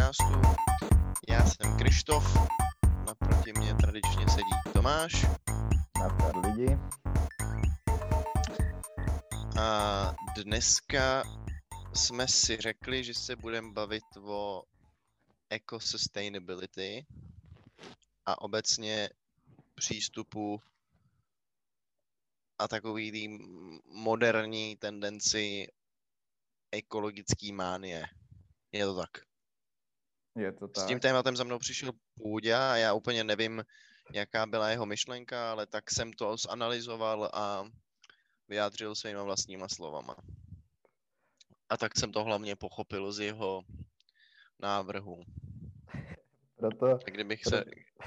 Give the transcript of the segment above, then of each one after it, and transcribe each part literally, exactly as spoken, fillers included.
podcastu. Já jsem Krištof, naproti mě tradičně sedí Tomáš. Nazdar lidi. A dneska jsme si řekli, že se budeme bavit o eco-sustainability a obecně přístupu a takový tý moderní tendenci ekologický mánie. Je to tak? Je to tak. S tím tématem za mnou přišel Půďa a já úplně nevím, jaká byla jeho myšlenka, ale tak jsem to zanalyzoval a vyjádřil svýma vlastníma slovama. A tak jsem to hlavně pochopil z jeho návrhu. Proto, A kdybych proto, se...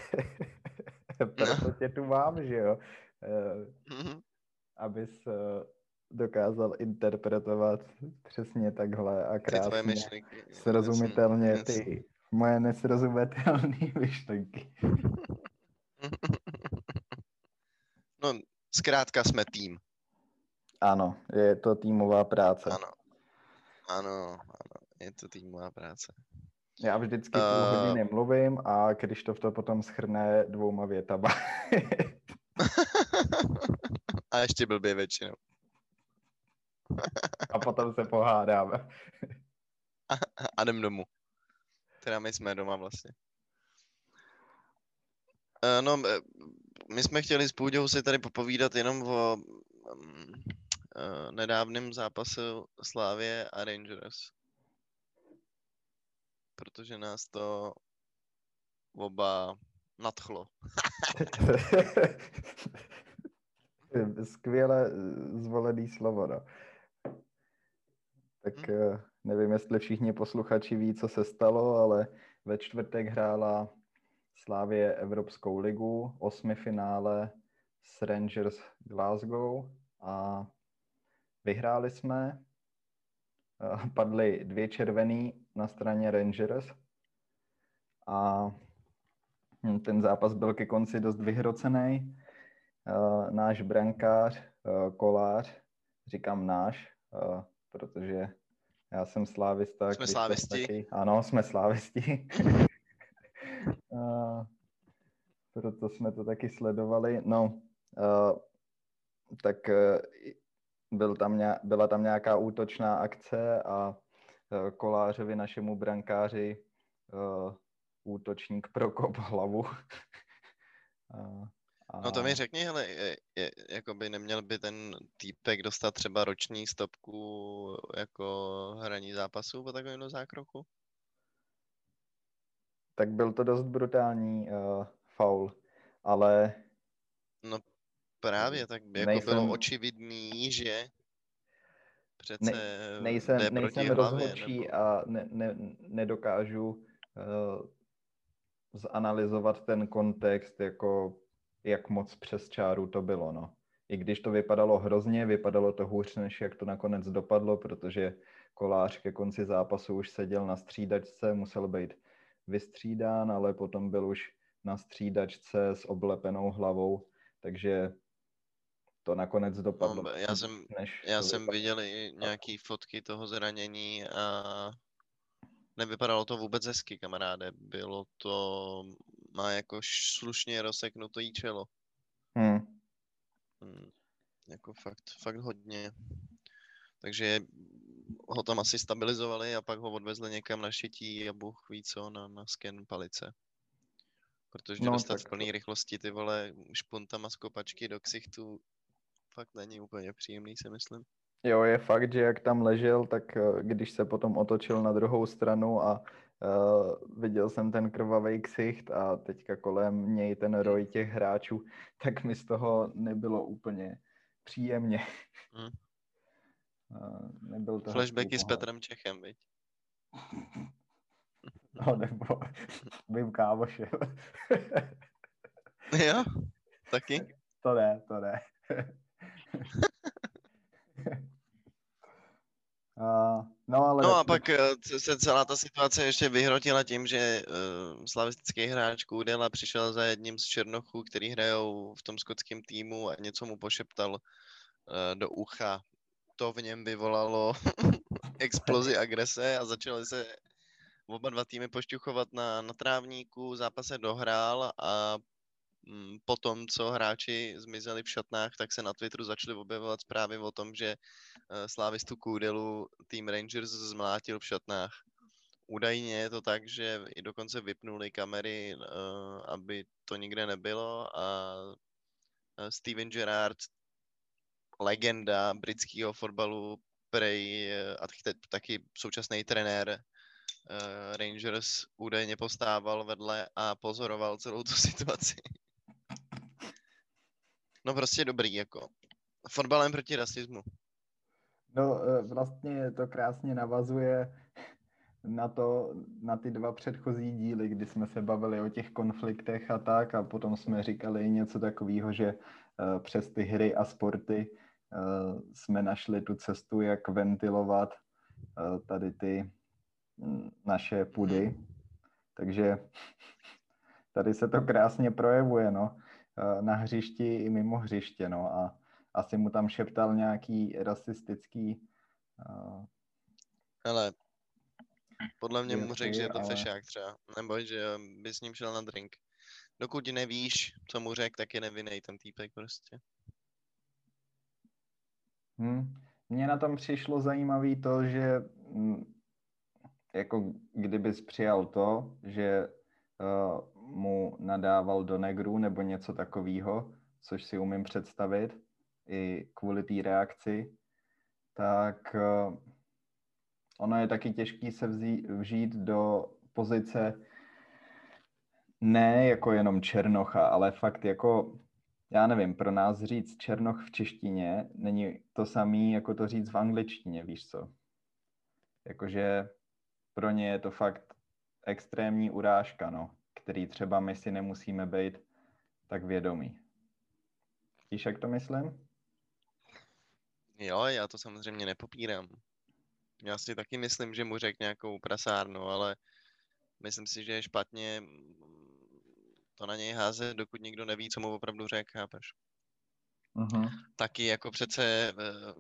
proto tě tu mám, že jo? Mm-hmm. Abys dokázal interpretovat přesně takhle a krásně, myšlenky, srozumitelně jasný, ty moje nesrozumitelné myšlenky. No, zkrátka jsme tým. Ano, je to týmová práce. Ano, ano, ano, je to týmová práce. Já vždycky Uh... půl hodiny mluvím a Krištof to potom shrne dvouma větama. A ještě blbě většinou. A potom se pohádáme. A, a jdem domů. Teda my jsme doma vlastně. Uh, no, my jsme chtěli s Půďou si tady popovídat jenom o um, uh, nedávném zápasu Slavie a Rangers. Protože nás to oba nadchlo. Skvěle zvolený slovo, no. Tak hmm. nevím, jestli všichni posluchači ví, co se stalo, ale ve čtvrtek hrála Slavie Evropskou ligu, osmifinále s Rangers Glasgow a vyhráli jsme. Padly dvě červený na straně Rangers a ten zápas byl ke konci dost vyhrocený. Náš brankář, Kolář, říkám náš, protože já jsem slávista. Jsme slávisti. Taky. Ano, jsme slávisti. Proto jsme to taky sledovali. No, tak byl tam nějak, byla tam nějaká útočná akce a Kolářovi, našemu brankáři, útočník prokop hlavu. A... No to mi řekni, hele, je, je, jakoby neměl by ten týpek dostat třeba roční stopku jako hraní zápasů po takovém zákroku? Tak byl to dost brutální uh, faul, ale... No právě, tak jako nejsem... bylo očividný, že přece ne, nejsem, jde nejsem proti hlavě, rozhodčí nebo... a ne, ne, nedokážu uh, zanalyzovat ten kontext, jako jak moc přes čáru to bylo, no. I když to vypadalo hrozně, vypadalo to hůř, než jak to nakonec dopadlo, protože Kolář ke konci zápasu už seděl na střídačce, musel být vystřídán, ale potom byl už na střídačce s oblepenou hlavou, takže to nakonec dopadlo. No, já jsem, než já jsem viděl i nějaký fotky toho zranění a nevypadalo to vůbec hezky, kamaráde. Bylo to, má jako slušně rozseknutý čelo. Hmm. Hmm, jako fakt, fakt hodně. Takže ho tam asi stabilizovali a pak ho odvezli někam na šití a Bůh ví co, na, na sken palice. Protože no, dostat v plné to... rychlosti ty vole špuntama z kopačky do ksichtu fakt není úplně příjemný, si myslím. Jo, je fakt, že jak tam ležel, tak když se potom otočil na druhou stranu a uh, viděl jsem ten krvavý ksicht a teďka kolem něj ten roj těch hráčů, tak mi z toho nebylo úplně příjemně. Hmm. Uh, nebyl to flashbacky s Petrem Čechem, viď? No, nebo mým kámošem. Jo? Taky? To ne, to ne. Uh, no, ale no a pak se celá ta situace ještě vyhrotila tím, že uh, slavistický hráč Kůdela přišel za jedním z Černochů, který hrajou v tom skotském týmu a něco mu pošeptal uh, do ucha. To v něm vyvolalo explozi agrese a začaly se oba dva týmy pošťuchovat na, na trávníku, zápas se dohrál a mm, po tom, co hráči zmizeli v šatnách, tak se na Twitteru začaly objevovat zprávy o tom, že uh, slávistu Kůdelu tým Rangers zmlátil v šatnách. Údajně je to tak, že i dokonce vypnuli kamery, uh, aby to nikde nebylo a uh, Steven Gerrard, legenda britského fotbalu, prej a taky současný trenér uh, Rangers údajně postával vedle a pozoroval celou tu situaci. No prostě dobrý, jako. Fotbalem proti rasismu. No vlastně to krásně navazuje na to, na ty dva předchozí díly, kdy jsme se bavili o těch konfliktech a tak a potom jsme říkali něco takového, že uh, přes ty hry a sporty uh, jsme našli tu cestu, jak ventilovat uh, tady ty um, naše pudy. Takže tady se to krásně projevuje, no, uh, na hřišti i mimo hřiště, no, a asi mu tam šeptal nějaký rasistický uh, Hele, podle mě mu řekl, že je to ale... fešák třeba, nebo že by s ním šel na drink. Dokud nevíš, co mu řekl, tak je nevinnej ten týpek prostě. Hmm. Mně na tom přišlo zajímavý to, že hm, jako kdybys přijal to, že uh, mu nadával do negru nebo něco takového, což si umím představit, i kvůli té reakci, tak uh, ono je taky těžký se vzít, vžít do pozice ne jako jenom černocha, ale fakt jako, já nevím, pro nás říct černoch v češtině není to samý, jako to říct v angličtině, víš co? Jakože pro ně je to fakt extrémní urážka, no, který třeba my si nemusíme být tak vědomí. Víš, jak to myslím? Jo, já to samozřejmě nepopírám. Já si taky myslím, že mu řekl nějakou prasárnu, ale myslím si, že je špatně to na něj házet, dokud nikdo neví, co mu opravdu řekl, chápeš? Uh-huh. Taky jako přece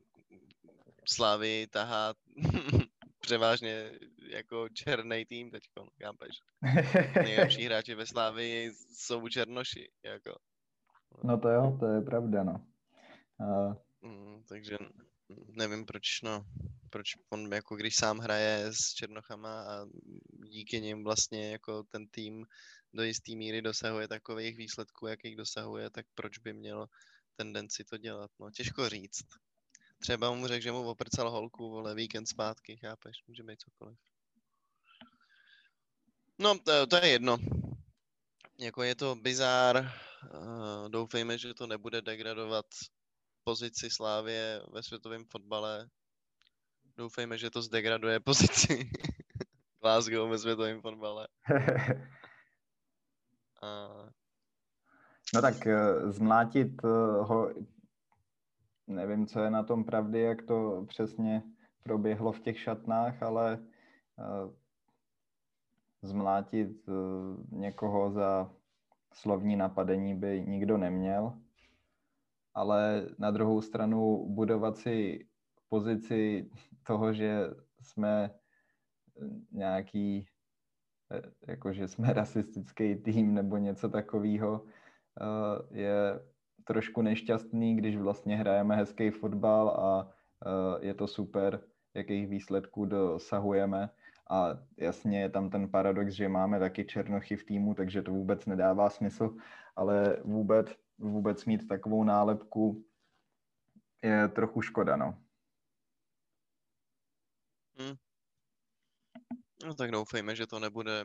Slávy tahá převážně jako černý tým teďko, chápeš? Nejlepší hráči ve Slávii jsou černoši, jako. No to jo, to je pravda, no. Uh... Mm, takže nevím, proč, no, proč on jako když sám hraje s černochama a díky nim vlastně jako ten tým do jisté míry dosahuje takových výsledků, jakých dosahuje, tak proč by měl tendenci to dělat, no, těžko říct. Třeba mu řekl, že mu oprcal holku, vole, víkend zpátky, chápeš, může být cokoliv. No, to, to je jedno. Jako je to bizár, uh, doufejme, že to nebude degradovat pozici Slávie ve světovém fotbale. Doufejme, že to zdegraduje pozici Glasgow ve světovém fotbale. Uh... No tak uh, zmlátit uh, ho, nevím, co je na tom pravdy, jak to přesně proběhlo v těch šatnách, ale uh, zmlátit uh, někoho za slovní napadení by nikdo neměl, ale na druhou stranu budovat si pozici toho, že jsme nějaký, jakože jsme rasistický tým nebo něco takového, uh, je trošku nešťastný, když vlastně hrajeme hezký fotbal a uh, je to super, jakých výsledků dosahujeme. A jasně je tam ten paradox, že máme taky černochy v týmu, takže to vůbec nedává smysl, ale vůbec, vůbec mít takovou nálepku je trochu škoda, no. Hmm. No tak doufejme, že to nebude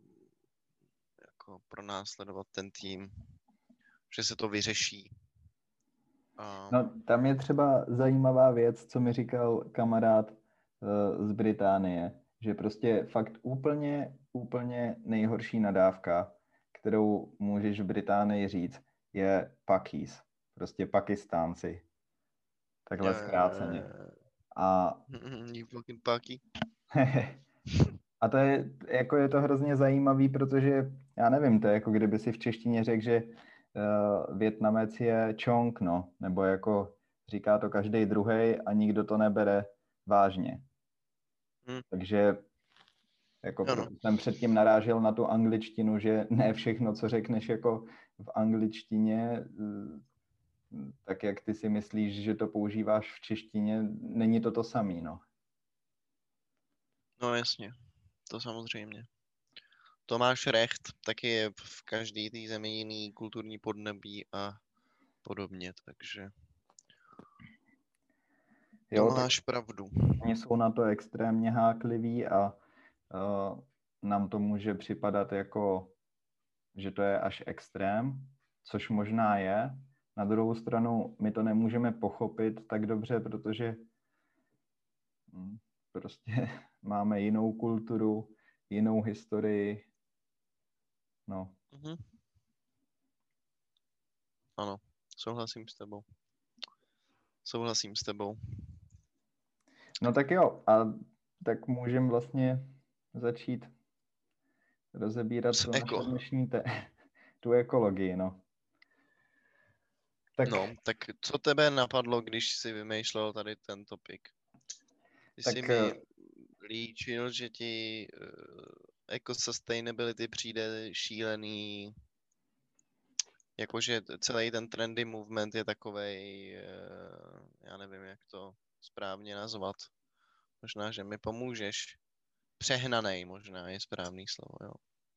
jako pronásledovat ten tým, že se to vyřeší. A... No tam je třeba zajímavá věc, co mi říkal kamarád uh, z Británie, že prostě fakt úplně, úplně nejhorší nadávka, kterou můžeš v Británii říct, je Pakis. Prostě Pakistánci. Takhle zkráceně. A... You fucking Paki. A to je, jako je to hrozně zajímavý, protože, já nevím, to je jako kdyby si v češtině řekl, že uh, Vietnamec je Chong, no, nebo jako říká to každý druhej a nikdo to nebere vážně. Hmm. Takže Jako Ano. proto jsem předtím narážel na tu angličtinu, že ne všechno, co řekneš jako v angličtině, tak jak ty si myslíš, že to používáš v češtině, není to to samý, no. No jasně, to samozřejmě. To máš recht, taky je v každé té zemi jiný kulturní podnebí a podobně, takže to Jo, tak máš pravdu. oni jsou na to extrémně hákliví a uh, nám to může připadat jako, že to je až extrém, což možná je. Na druhou stranu my to nemůžeme pochopit tak dobře, protože hm, prostě máme jinou kulturu, jinou historii. No. Mhm. Ano, souhlasím s tebou. Souhlasím s tebou. No tak jo, a tak můžeme vlastně začít rozebírat S tu eko. naše dnešní te- tu ekologii, no. Tak, No, tak co tebe napadlo, když jsi vymýšlel tady ten topik? Ty tak jsi mi líčil, že ti uh, eco-sustainability přijde šílený, jakože celý ten trendy movement je takovej, uh, já nevím, jak to správně nazvat. Možná, že mi pomůžeš. Přehnanej možná je správný slovo, jo.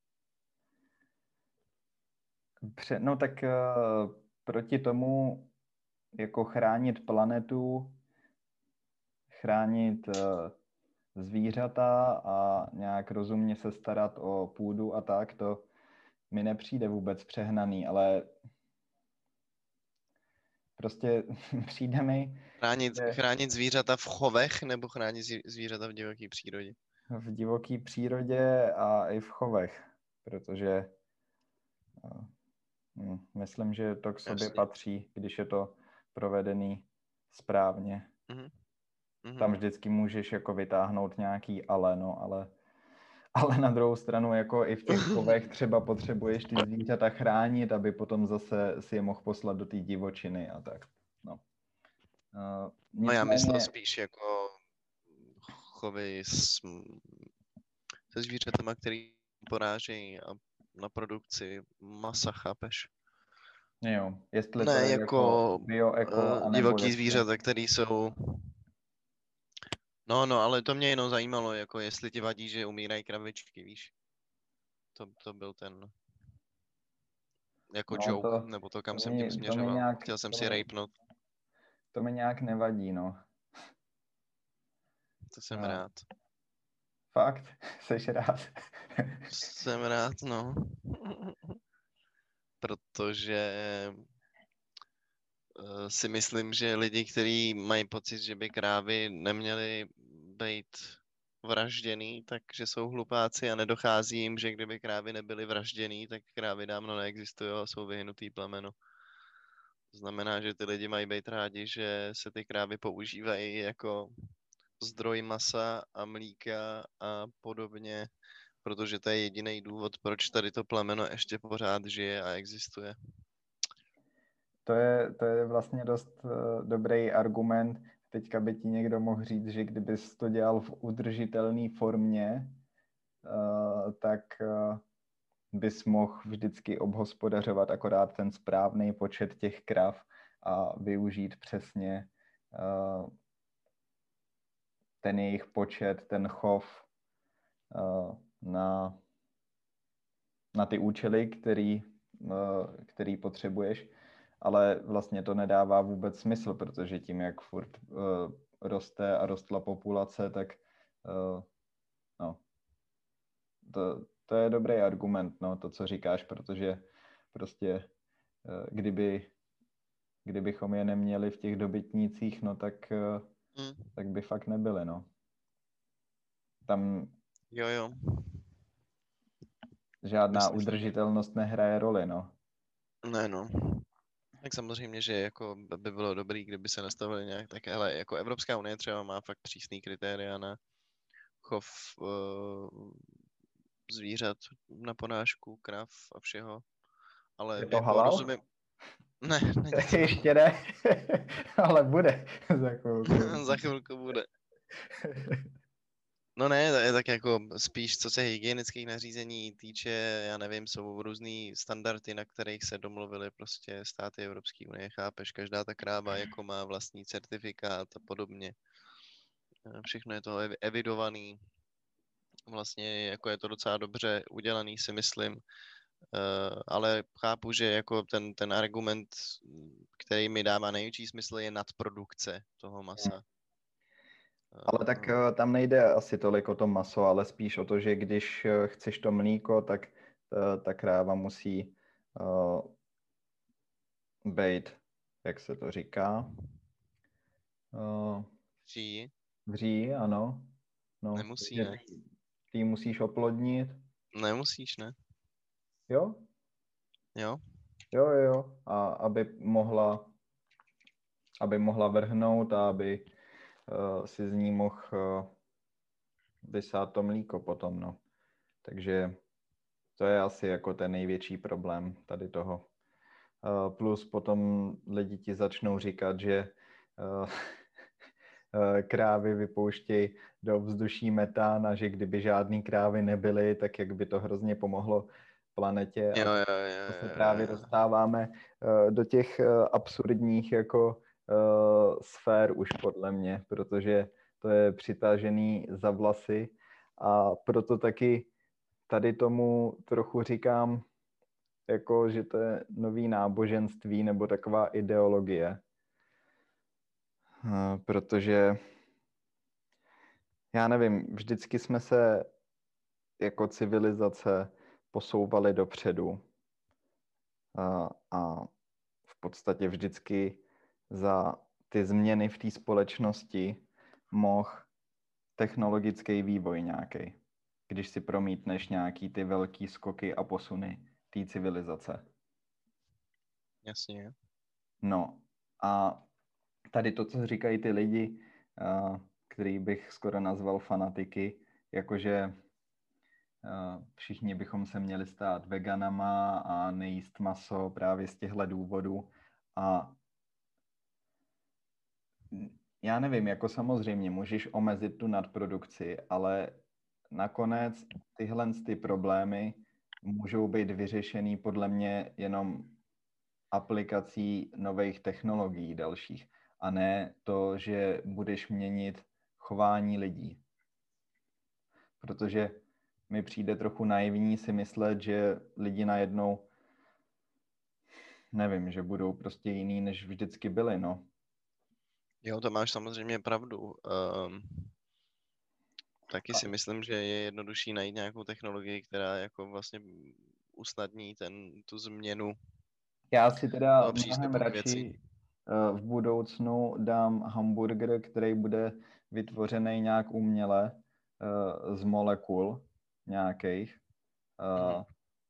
pře- no tak uh, proti tomu jako chránit planetu, chránit uh, zvířata a nějak rozumně se starat o půdu a tak, to mi nepřijde vůbec přehnaný, ale prostě přijde mi, Chránit, že chránit zvířata v chovech nebo chránit zví- zvířata v divoké přírodě? v divoké přírodě a i v chovech, protože uh, hm, myslím, že to k sobě Jasně. patří, když je to provedený správně. Mhm. Mhm. Tam vždycky můžeš jako vytáhnout nějaký ale, no, ale, ale na druhou stranu jako i v těch chovech třeba potřebuješ ty zvířata chránit, aby potom zase si je mohl poslat do té divočiny a tak. No. Uh, No já myslel nicméně, spíš jako chovy s, se zvířatama, který porážejí a na produkci masa, chápeš? jo, jestli to Ne je jako jako bioeko, uh, anebo divoký jestli... zvířata, který jsou... No, no, ale to mě jenom zajímalo, jako jestli ti vadí, že umírají kravičky, víš? To, to byl ten... Jako No joke, to, nebo to, kam to, jsem tím mi, to, mi směřoval. nějak, Chtěl jsem to, si mi, rejpnout, to mi nějak nevadí, no. to jsem A rád. fakt? Seš rád? Jsem rád, no. Protože uh, si myslím, že lidi, kteří mají pocit, že by krávy neměly být vražděný, takže jsou hlupáci a nedochází jim, že kdyby krávy nebyly vražděný, tak krávy dávno neexistují a jsou vyhnutý plemeno. To znamená, že ty lidi mají být rádi, že se ty krávy používají jako zdroj masa a mlíka a podobně, protože to je jediný důvod, proč tady to plemeno ještě pořád žije a existuje. To je, to je vlastně dost uh, dobrý argument. Teďka by ti někdo mohl říct, že kdybys to dělal v udržitelné formě, uh, tak uh, bys mohl vždycky obhospodařovat akorát ten správný počet těch krav a využít přesně uh, ten jejich počet, ten chov uh, na, na ty účely, který, uh, který potřebuješ. Ale vlastně to nedává vůbec smysl, protože tím, jak furt uh, roste a rostla populace, tak uh, no, to, to je dobrý argument, no, to, co říkáš, protože prostě uh, kdyby, kdybychom je neměli v těch dobytnících, no tak, uh, Hmm. tak by fakt nebyli, no. Tam Jo, jo. žádná Myslím si, že... udržitelnost nehraje roli, no. Ne, no. Tak samozřejmě, že jako by bylo dobrý, kdyby se nastavili nějak tak, hele, jako Evropská unie třeba má fakt přísný kritéria na chov uh, zvířat na porážku, krav a všeho, ale Je to jako halal? rozumím... Ne, není to. Ještě ne, ale bude za chvilku. Za chvilku bude. No ne, to je tak jako spíš, co se hygienických nařízení týče, já nevím, jsou různý standardy, na kterých se domluvily prostě státy Evropské unie, chápeš, každá ta kráva jako má vlastní certifikát a podobně. Eh, Všechno je to evi- evidovaný, vlastně jako je to docela dobře udělaný, si myslím. Eh, ale chápu, že jako ten, ten argument, který mi dává největší smysl, je nadprodukce toho masa. Ale tak Eh, eh, tam nejde asi tolik o to maso, ale spíš o to, že když eh, chceš to mlíko, tak ta, ta kráva musí uh, být, jak se to říká, uh, Ří, vří, ano. No, nemusí, takže ne? ty, ty ji musíš oplodnit. Nemusíš, ne? Jo? Jo? Jo, jo, jo. A aby mohla, aby mohla vrhnout a aby uh, si z ní mohl uh, vysát to mlíko potom, no. Takže to je asi jako ten největší problém tady toho. Uh, plus potom lidi ti začnou říkat, že uh, krávy vypouštějí do vzduší metán a že kdyby žádný krávy nebyly, tak jak by to hrozně pomohlo planetě. Jo, A jo, jo, to se jo, právě jo. dostáváme uh, do těch uh, absurdních jako uh, sfér už podle mě, protože to je přitažený za vlasy a proto taky tady tomu trochu říkám, jako že to je nový náboženství nebo taková ideologie. Uh, protože já nevím, vždycky jsme se jako civilizace posouvali dopředu a, a v podstatě vždycky za ty změny v té společnosti mohl technologický vývoj nějaký, když si promítneš nějaký ty velký skoky a posuny té civilizace. Jasně. No a tady to, co říkají ty lidi, uh, který bych skoro nazval fanatiky, jakože uh, všichni bychom se měli stát veganama a nejíst maso právě z těchto důvodů. A já nevím, jako samozřejmě můžeš omezit tu nadprodukci, ale nakonec tyhle ty problémy můžou být vyřešený podle mě jenom aplikací nových technologií dalších a ne to, že budeš měnit chování lidí. Protože mi přijde trochu naivní si myslet, že lidi najednou, nevím, že budou prostě jiný, než vždycky byli, no. Jo, to máš samozřejmě pravdu. Um, taky si myslím, že je jednodušší najít nějakou technologii, která jako vlastně usnadní ten, tu změnu Já si teda toho mnohem přístupu k věci. radši uh, v budoucnu dám hamburger, který bude vytvořený nějak uměle uh, z molekul nějakých, uh, Mhm.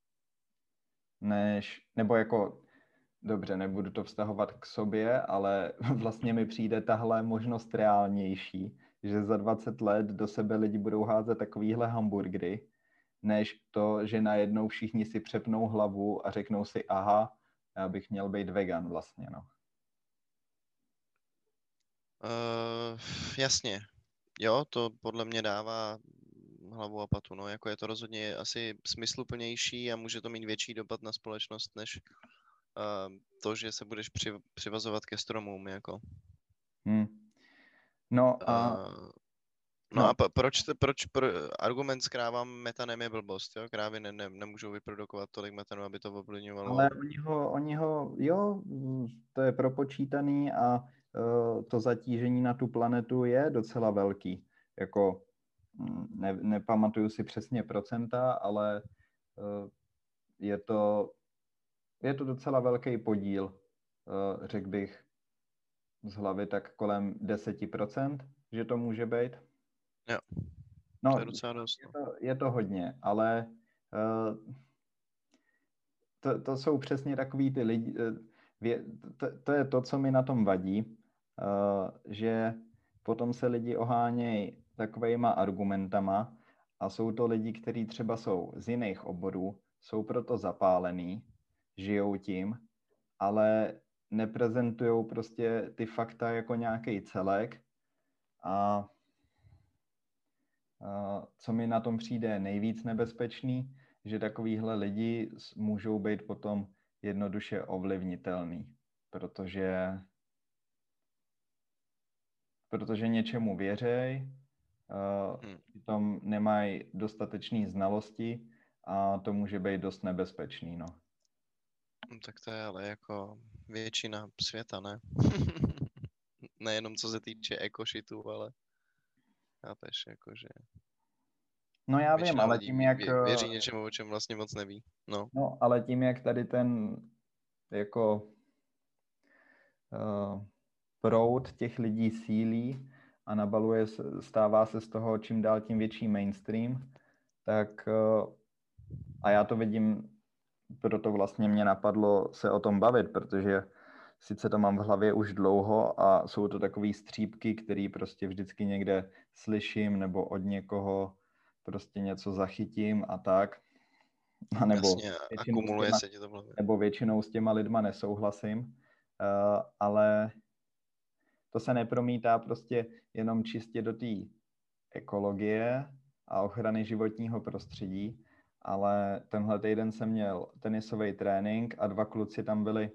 než, nebo jako, dobře, nebudu to vztahovat k sobě, ale vlastně mi přijde tahle možnost reálnější, že za dvacet let do sebe lidi budou házet takovýhle hamburgery, než to, že najednou všichni si přepnou hlavu a řeknou si, aha, já bych měl být vegan vlastně, no. Uh, jasně. Jo, to podle mě dává hlavu a patu. No, jako je to rozhodně asi smysluplnější a může to mít větší dopad na společnost, než uh, to, že se budeš při, přivazovat ke stromům, jako. Hmm. No a... Uh, no No, a po- proč, to- proč pro, argument s krávám metanem je blbost, jo? Krávy ne, ne, nemůžou vyprodukovat tolik metanu, aby to ovlivňovalo. ale oni ho, oni ho, jo, to je propočítaný a uh, to zatížení na tu planetu je docela velký. Jako, ne, nepamatuju si přesně procenta, ale uh, je to, je to docela velký podíl, uh, řekl bych z hlavy tak kolem deset procent, že to může být. Jo, No, to je docela dost. je No. to, je to hodně, ale uh, to, to jsou přesně takový ty lidi, vě, to, to je to, co mi na tom vadí, uh, že potom se lidi ohánějí takovejma argumentama a jsou to lidi, kteří třeba jsou z jiných oborů, jsou proto zapálení, žijou tím, ale neprezentují prostě ty fakta jako nějaký celek a co mi na tom přijde nejvíc nebezpečný, že takovýhle lidi můžou být potom jednoduše ovlivnitelný, protože, protože něčemu věřej, přitom nemají dostatečné znalosti a to může být dost nebezpečný, no. No, tak to je ale jako většina světa, ne? Nejenom co se týče ekošitu, ale chápeš, jakože... No já vím, většina ale lidí tím, vě, jak... vě, věří něčemu, o čem vlastně moc neví. No. No, ale tím, jak tady ten jako uh, proud těch lidí sílí a nabaluje, stává se z toho čím dál tím větší mainstream, tak uh, a já to vidím, proto vlastně mě napadlo se o tom bavit, protože sice to mám v hlavě už dlouho a jsou to takové střípky, které prostě vždycky někde slyším nebo od někoho prostě něco zachytím a tak. A nebo, Jasně, většinou akumuluje těma, se ti to v hlavě. nebo většinou s těma lidma nesouhlasím, uh, ale to se nepromítá prostě jenom čistě do té ekologie a ochrany životního prostředí, ale tenhle týden jsem měl tenisový trénink a dva kluci tam byli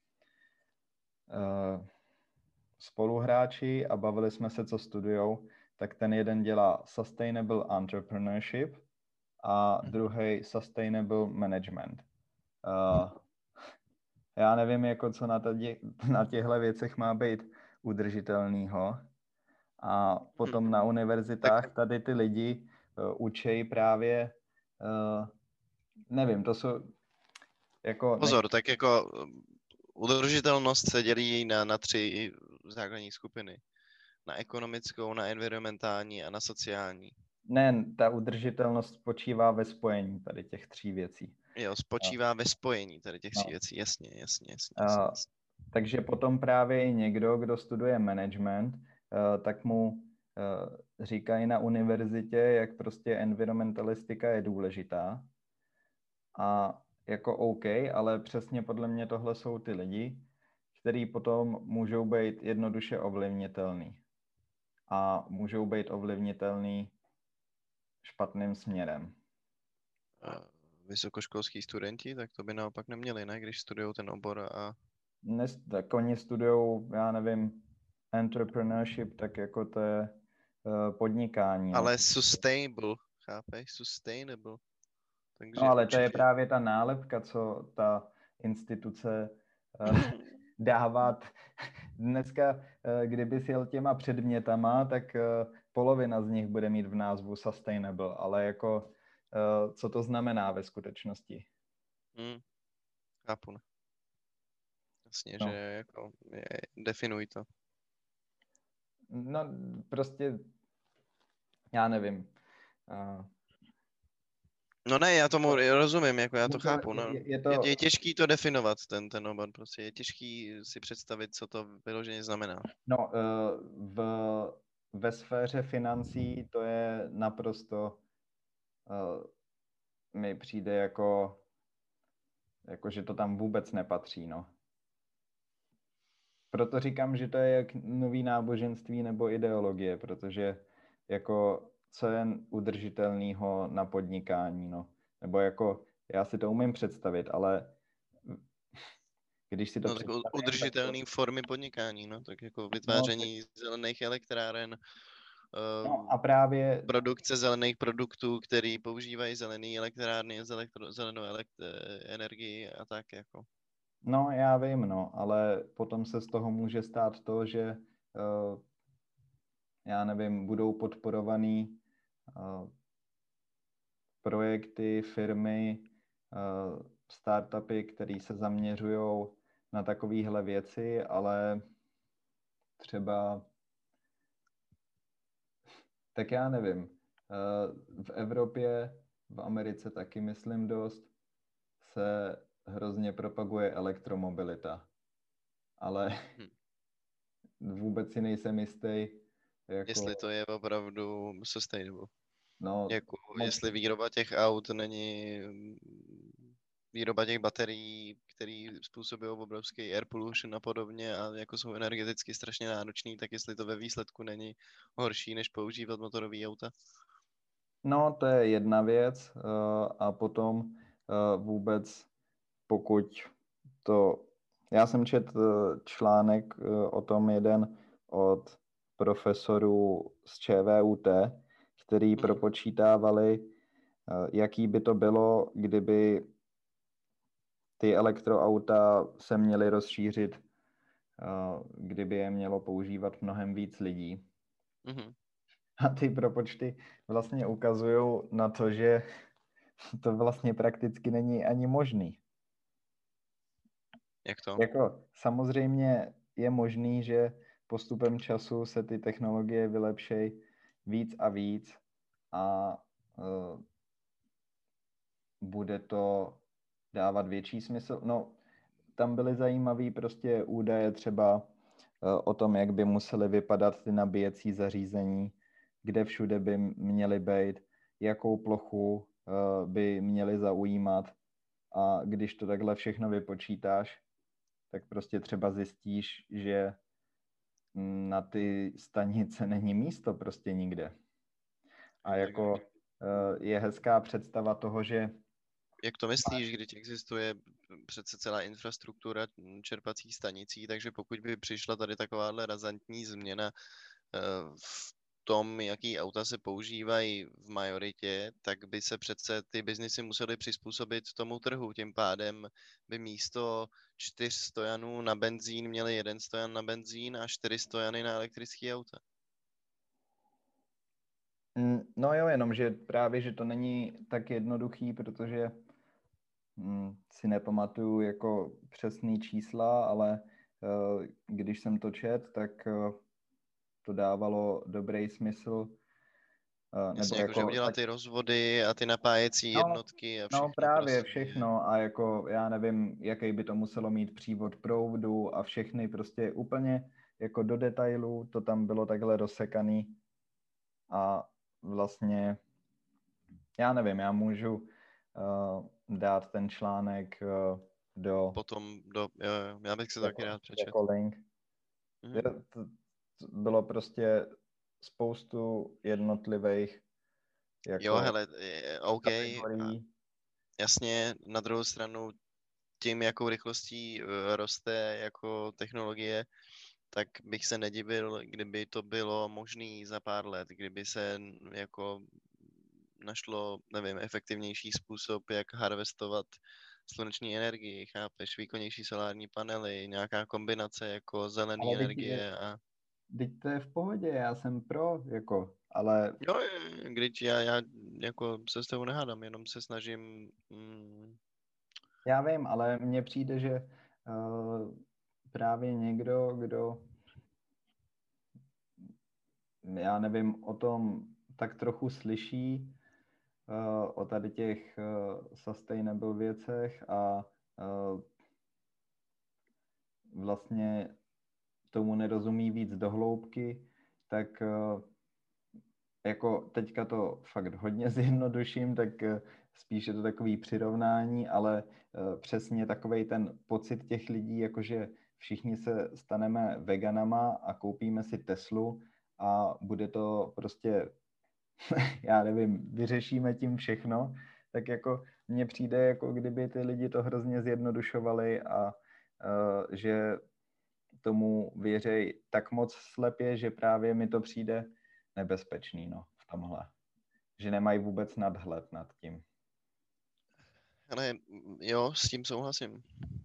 uh, spoluhráči a bavili jsme se, co studujou, tak ten jeden dělá Sustainable Entrepreneurship a druhý Sustainable Management. Uh, já nevím, jako co na, tadě, na těchto věcech má být udržitelnýho. A potom na univerzitách tady ty lidi uh, učejí právě, uh, nevím, to jsou jako... Pozor, nech... tak jako udržitelnost se dělí na, na tři základní skupiny. Na ekonomickou, na environmentální a na sociální. Ne, ta udržitelnost spočívá ve spojení tady těch tří věcí. Jo, spočívá no. ve spojení tady těch tří no. věcí, jasně, jasně, jasně. jasně, uh, jasně. Takže potom právě i někdo, kdo studuje management, uh, tak mu uh, říkají na univerzitě, jak prostě environmentalistika je důležitá. A jako OK, ale přesně podle mě tohle jsou ty lidi, který potom můžou být jednoduše ovlivnitelný. A můžou být ovlivnitelný špatným směrem. A vysokoškolský studenti, tak to by naopak neměli, ne? Když studují ten obor a... Dnes, tak oni studují, já nevím, entrepreneurship, tak jako to je uh, podnikání. Ale no. sustainable, chápeš? Sustainable. Takže No ale určitě... to je právě ta nálepka, co ta instituce uh, dává. Dneska, uh, kdyby si jel těma předmětama, tak uh, polovina z nich bude mít v názvu sustainable, ale jako uh, co to znamená ve skutečnosti? Hmm. Chápu, ne? Jasně, No. že jako je, definuj to. No prostě já nevím. Uh, No ne, já tomu rozumím, jako já to, to chápu. No. je, je, to... je, je těžký to definovat, ten, ten obor, prostě je těžký si představit, co to vyloženě znamená. No, v, ve sféře financí to je naprosto, mi přijde jako, jako, že to tam vůbec nepatří, no. Proto říkám, že to je jak nový náboženství nebo ideologie, protože jako co je udržitelného na podnikání, no. Nebo jako, já si to umím představit, ale když si to no tak udržitelné tak to... formy podnikání, no, tak jako vytváření no, zelených elektráren, no a právě produkce zelených produktů, který používají zelené elektrárny, elektro, zelenou elekt, energii a tak jako. No já vím, no, ale potom se z toho může stát to, že uh, já nevím, budou podporovaný uh, projekty, firmy, uh, startupy, které se zaměřují na takovéhle věci, ale třeba, tak já nevím, uh, v Evropě, v Americe taky myslím dost, se hrozně propaguje elektromobilita, ale hm. vůbec si nejsem jistý, jako... jestli to je opravdu sustainable. No, jako, moc... jestli výroba těch aut není výroba těch baterií, které způsobují obrovský air pollution a podobně a jako jsou energeticky strašně náročný, tak jestli to ve výsledku není horší, než používat motorové auta. No, to je jedna věc a potom vůbec pokud to... Já jsem četl článek o tom jeden od profesorů z ČVUT, který Mhm. propočítávali, jaký by to bylo, kdyby ty elektroauta se měly rozšířit, kdyby je mělo používat mnohem víc lidí. Mhm. A ty propočty vlastně ukazují na to, že to vlastně prakticky není ani možný. Jak to? Jako samozřejmě je možný, že postupem času se ty technologie vylepšejí víc a víc a uh, bude to dávat větší smysl. No, tam byly zajímavé prostě údaje třeba uh, o tom, jak by musely vypadat ty nabíjecí zařízení, kde všude by měly být, jakou plochu uh, by měly zaujímat. A když to takhle všechno vypočítáš, tak prostě třeba zjistíš, že na ty stanice není místo prostě nikde. A jako je hezká představa toho, že... Jak to myslíš, když existuje přece celá infrastruktura čerpacích stanicí, takže pokud by přišla tady takováhle razantní změna v tom, jaký auta se používají v majoritě, tak by se přece ty biznisy musely přizpůsobit tomu trhu. Tím pádem by místo čtyř stojanů na benzín měli jeden stojan na benzín a čtyři stojany na elektrické auta. No jo, jenom, že právě, že to není tak jednoduchý, protože hm, si nepamatuju jako přesný čísla, ale uh, když jsem to čet, tak uh, to dávalo dobrý smysl. Uh, Jasně, nebo jako, že jako, udělat tak, ty rozvody a ty napájecí no, jednotky a no všechno právě prostě. všechno a jako já nevím, jaký by to muselo mít přívod proudu a všechny prostě úplně jako do detailů to tam bylo takhle rozsekaný a vlastně já nevím, já můžu uh, dát ten článek uh, do... Potom do, jo, jo, já bych se jako, taky rád přečet. jako link. Mhm. Je, to, to bylo prostě spoustu jednotlivých jako Jo, hele, je- OK, kategorií. jasně, na druhou stranu tím, jakou rychlostí eh, roste jako technologie, tak bych se nedivil, kdyby to bylo možné za pár let, kdyby se jako našlo, nevím, efektivnější způsob, jak harvestovat sluneční energii, chápeš, výkonnější solární panely, nějaká kombinace jako zelené Ale teď, je, energie a teď to je v pohodě, já jsem pro, jako, ale jo, když já, já jako se s tebou nehádám, jenom se snažím mm, já vím, ale mně přijde, že uh, právě někdo, kdo, já nevím, o tom tak trochu slyší, uh, o tady těch uh, sustainable věcech a uh, vlastně tomu nerozumí víc do hloubky, tak uh, jako teďka to fakt hodně zjednoduším, tak uh, spíš je to takový přirovnání, ale uh, přesně takovej ten pocit těch lidí, jakože všichni se staneme veganama a koupíme si Teslu a bude to prostě, já nevím, vyřešíme tím všechno, tak jako mně přijde, jako kdyby ty lidi to hrozně zjednodušovali a uh, že tomu věří tak moc slepě, že právě mi to přijde nebezpečný, no, v tomhle. Že nemají vůbec nadhled nad tím. ale jo, s tím souhlasím.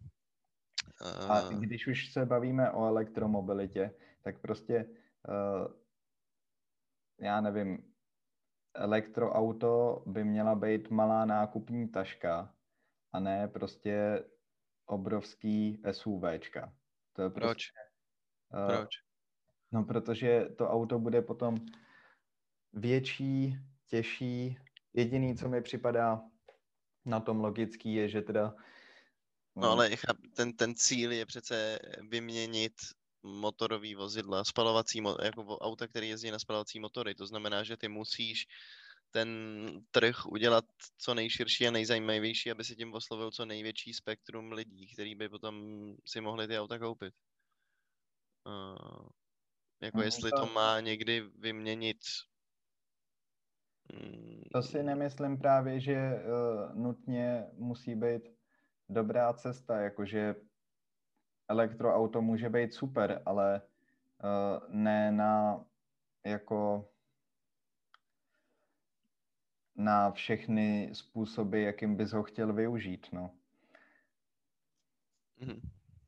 A Uh, když už se bavíme o elektromobilitě, tak prostě, uh, já nevím, elektroauto by měla být malá nákupní taška a ne prostě obrovský SUVčka. To je prostě... proč? Uh, Proč? no, protože to auto bude potom větší, těžší. Jediný, co mi připadá na tom logický, je, že teda... No ale ten, ten cíl je přece vyměnit motorový vozidla, spalovací, jako auta, které jezdí na spalovací motory. To znamená, že ty musíš ten trh udělat co nejširší a nejzajímavější, aby si tím oslovil co největší spektrum lidí, který by potom si mohli ty auta koupit. Uh, jako Mm, jestli to... to má někdy vyměnit To si nemyslím právě, že uh, nutně musí být dobrá cesta, jakože elektroauto může být super, ale uh, ne na jako na všechny způsoby, jakým bys ho chtěl využít, no. Mm.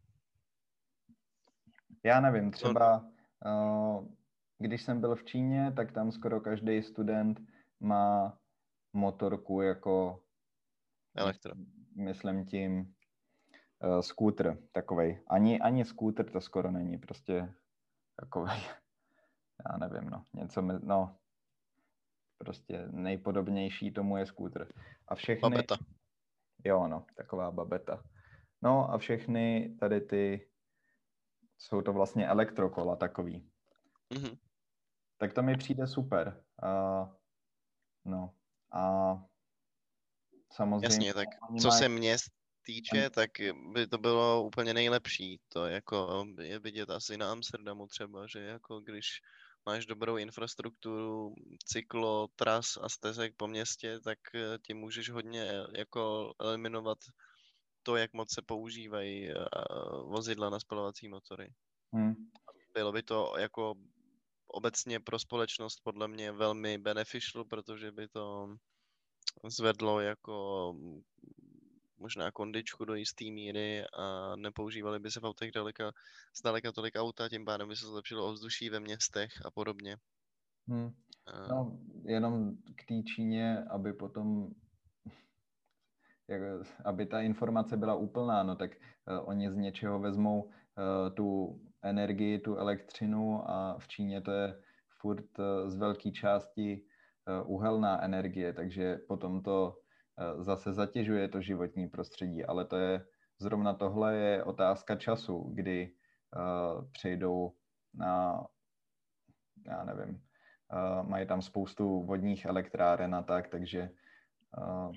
Já nevím, třeba uh, když jsem byl v Číně, tak tam skoro každý student má motorku jako Elektro. myslím tím uh, skútr takovej. Ani, ani skútr to skoro není, prostě takovej, já nevím, no, něco, me- no, prostě nejpodobnější tomu je skútr. A všechny, Babeta. jo, no, taková babeta. No a všechny tady ty, jsou to vlastně elektrokola takový. Mm-hmm. Tak to mi přijde super. Uh, no a samozřejmě... Jasně, tak oni co mají... se mě týče, tak by to bylo úplně nejlepší. To jako je vidět asi na Amsterdamu třeba, že jako když máš dobrou infrastrukturu, cyklo, tras a stezek po městě, tak ti můžeš hodně jako eliminovat to, jak moc se používají vozidla na spalovací motory. Hmm. Bylo by to jako obecně pro společnost podle mě velmi beneficial, protože by to zvedlo jako možná kondičku do jisté míry a nepoužívali by se v autech daleka, zdaleka tolik auta, tím pádem by se zlepšilo ovzduší ve městech a podobně. Hmm. No, jenom k té Číně, aby potom, jak, aby ta informace byla úplná, no tak uh, oni z něčeho vezmou uh, tu energii, tu elektřinu a v Číně to je furt uh, z velké části uh, uhelná energie, takže potom to uh, zase zatěžuje to životní prostředí, ale to je, zrovna tohle je otázka času, kdy uh, přejdou na, já nevím, Uh, mají tam spoustu vodních elektráren a tak, takže uh,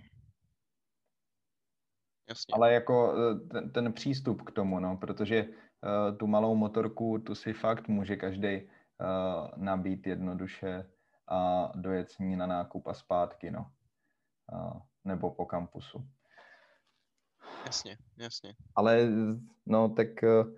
Jasně. ale jako ten, ten přístup k tomu, no, protože uh, tu malou motorku, tu si fakt může každý uh, nabít jednoduše a dojet s ní na nákup a zpátky, no. Uh, nebo po kampusu. Jasně, jasně. Ale no, tak uh,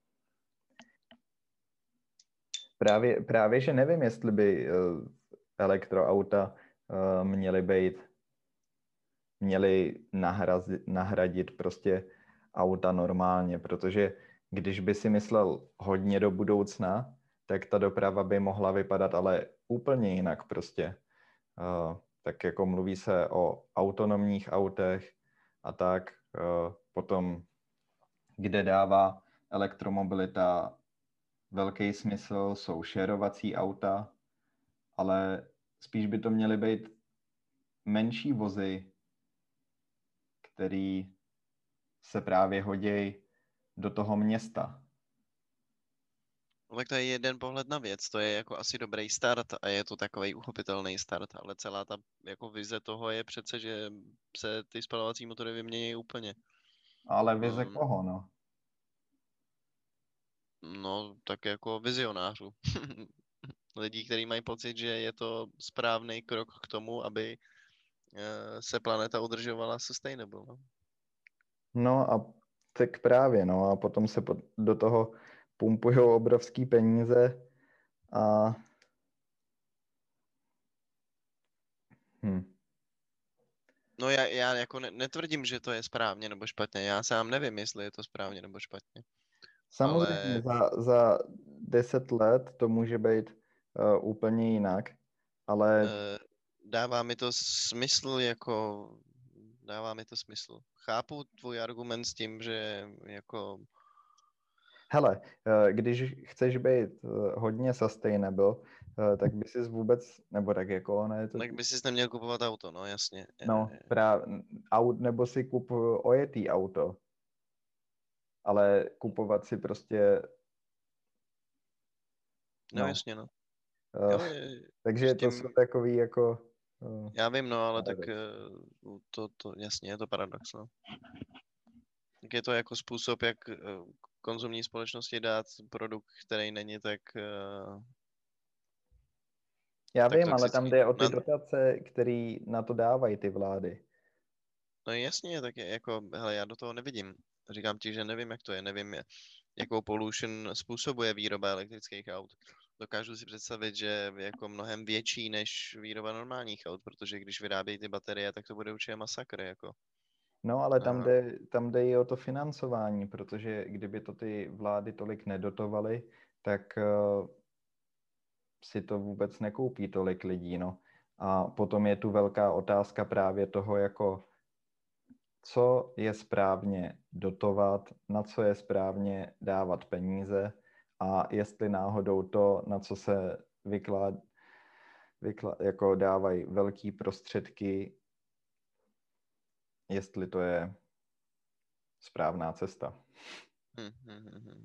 právě, právě, že nevím, jestli by uh, elektroauta uh, měly být měli nahrazit, nahradit prostě auta normálně, protože když by si myslel hodně do budoucna, tak ta doprava by mohla vypadat ale úplně jinak prostě. Uh, tak jako mluví se o autonomních autech a tak, uh, potom kde dává elektromobilita velký smysl, jsou šerovací auta, ale spíš by to měly být menší vozy, který se právě hodí do toho města. No, tak to je jeden pohled na věc, to je jako asi dobrý start a je to takový uchopitelný start, ale celá ta jako vize toho je přece, že se ty spalovací motory vymění úplně. Ale vize Um, koho, no? No, tak jako vizionářů. Lidí, kteří mají pocit, že je to správný krok k tomu, aby se planeta udržovala sustainable. No, No a tak právě, no a potom se do toho pumpují obrovský peníze a hm. No já, já jako ne, netvrdím, že to je správně nebo špatně. Já sám nevím, jestli je to správně nebo špatně. Samozřejmě Ale... za, za deset let to může být uh, úplně jinak, ale... Uh, dává mi to smysl, jako... Dává mi to smysl. Chápu tvůj argument s tím, že jako... Hele, když chceš být hodně sustainable, tak by si vůbec, nebo tak jako ono je to... Tak by si neměl kupovat auto, no jasně. No, právě, aut, nebo si kup ojetý auto, ale kupovat si prostě... No, no jasně, no. Uh, Jo, je, takže tím... to jsou takový jako... Uh, Já vím, no, ale paradox. tak uh, to, to jasně je to paradox, no. Tak je to jako způsob, jak konzumní společnosti dát produkt, který není tak uh, Já tak vím, ale tam toxický. jde o ty No, dotace, které na to dávají ty vlády. no jasně, tak je, jako, hele, já do toho nevidím. Říkám ti, že nevím, jak to je, nevím, je- jakou pollution způsobuje výroba elektrických aut. Dokážu si představit, že je jako mnohem větší než výroba normálních aut, protože když vyrábějí ty baterie, tak to bude určitě masakr, jako. No, ale tam A, jde, tam jde i o to financování, protože kdyby to ty vlády tolik nedotovaly, tak uh, si to vůbec nekoupí tolik lidí, no. A potom je tu velká otázka právě toho, jako co je správně dotovat, na co je správně dávat peníze a jestli náhodou to, na co se vyklad, vykla, jako dávají velký prostředky, jestli to je správná cesta. hm, hm, hm, hm.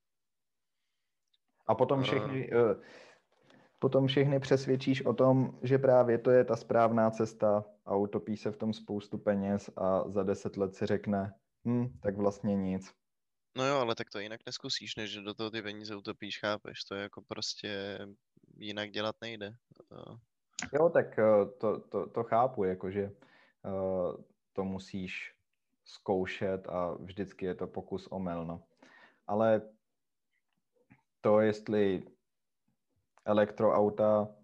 A potom Uh, všechny, eh, potom všechny přesvědčíš o tom, že právě to je ta správná cesta a utopí se v tom spoustu peněz a za deset let si řekne, hm, tak vlastně nic. no jo, ale tak to jinak neskusíš, než že do toho ty peníze utopíš, chápeš? To je jako prostě jinak dělat nejde. Uh, Jo, tak eh, to, to, to chápu, jakože eh, to musíš zkoušet a vždycky je to pokus omyl, no. Ale to, jestli elektroauta,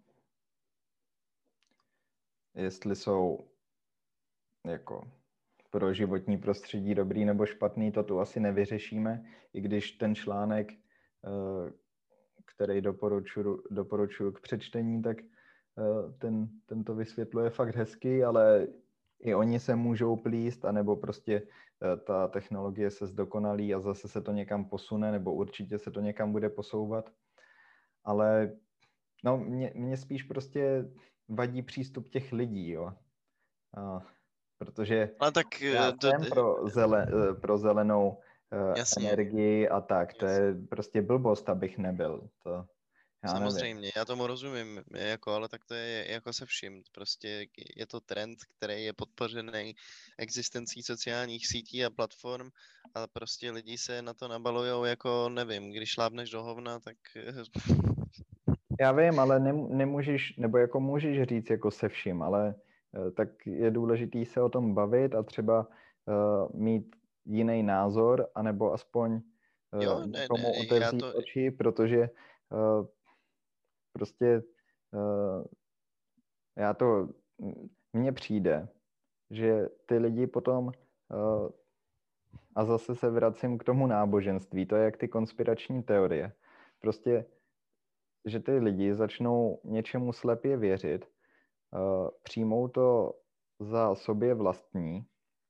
jestli jsou jako pro životní prostředí dobrý nebo špatný, to tu asi nevyřešíme, i když ten článek, eh, který doporučuji, doporučuji k přečtení, tak eh, ten, ten to vysvětluje fakt hezky, ale i oni se můžou plíst, anebo prostě eh, ta technologie se zdokonalí a zase se to někam posune, nebo určitě se to někam bude posouvat. Ale no, mě, mě spíš prostě vadí přístup těch lidí, jo. A, protože ale tak já eh, to, jsem pro, zele, eh, pro zelenou eh, jasně, energii a tak. To jasně. je prostě blbost, abych nebyl. To já nevím. Samozřejmě, já tomu rozumím, jako, ale tak to je jako se vším. Prostě je to trend, který je podpořený existencí sociálních sítí a platform, ale prostě lidi se na to nabalujou jako, nevím, když šlápneš do hovna, tak Já vím, ale nem, nemůžeš, nebo jako můžeš říct jako se vším, ale eh, tak je důležitý se o tom bavit a třeba uh, mít jiný názor, anebo aspoň uh, jo, ne, někomu ne, já otevřít to, oči, protože uh, prostě uh, já to, mně přijde, že ty lidi potom, uh, a zase se vracím k tomu náboženství, to je jak ty konspirační teorie, prostě, že ty lidi začnou něčemu slepě věřit, uh, přijmou to za sobě vlastní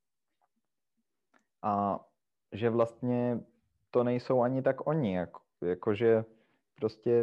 a že vlastně to nejsou ani tak oni, jako, jakože prostě,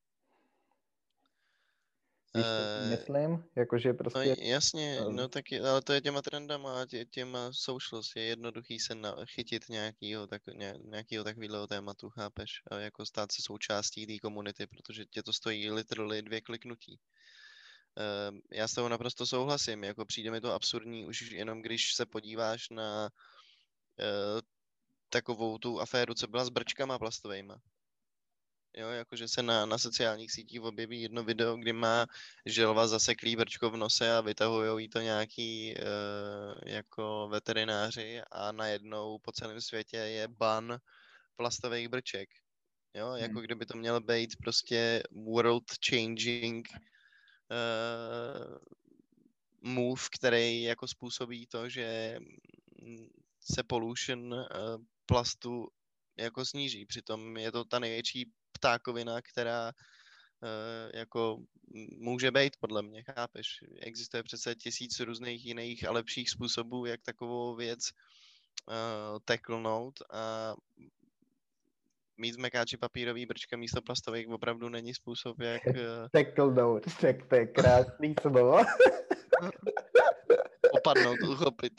víš, co tím uh, myslím? Jakože no prostě jasně, uh, no tak je, ale to je těma trendama a tě, těma socials, je jednoduchý se na, chytit nějakýho, tak, ně, nějakýho takového tématu, chápeš? A jako stát se součástí té komunity, protože tě to stojí literally dvě kliknutí. Uh, já s tebou naprosto souhlasím, jako přijde mi to absurdní už jenom když se podíváš na uh, takovou tu aféru, co byla s brčkama plastovejma. Jo, jakože se na, na sociálních sítích objeví jedno video, kdy má želva zaseklý brčko v nose a vytahují jí to nějaký uh, jako veterináři a najednou po celém světě je ban plastových brček. Jo, jako hmm. kdyby to měl být prostě world changing uh, move, který jako způsobí to, že se pollution uh, plastu jako sníží. Přitom je to ta největší ptákovina, která uh, jako může být, podle mě, chápeš? Existuje přece tisíc různých jiných a lepších způsobů, jak takovou věc uh, teklnout a mít zmekáči papírový brčka místo plastových opravdu není způsob, jak uh, Teklnout, tak to je krásný slovo. opadnout, uchopit.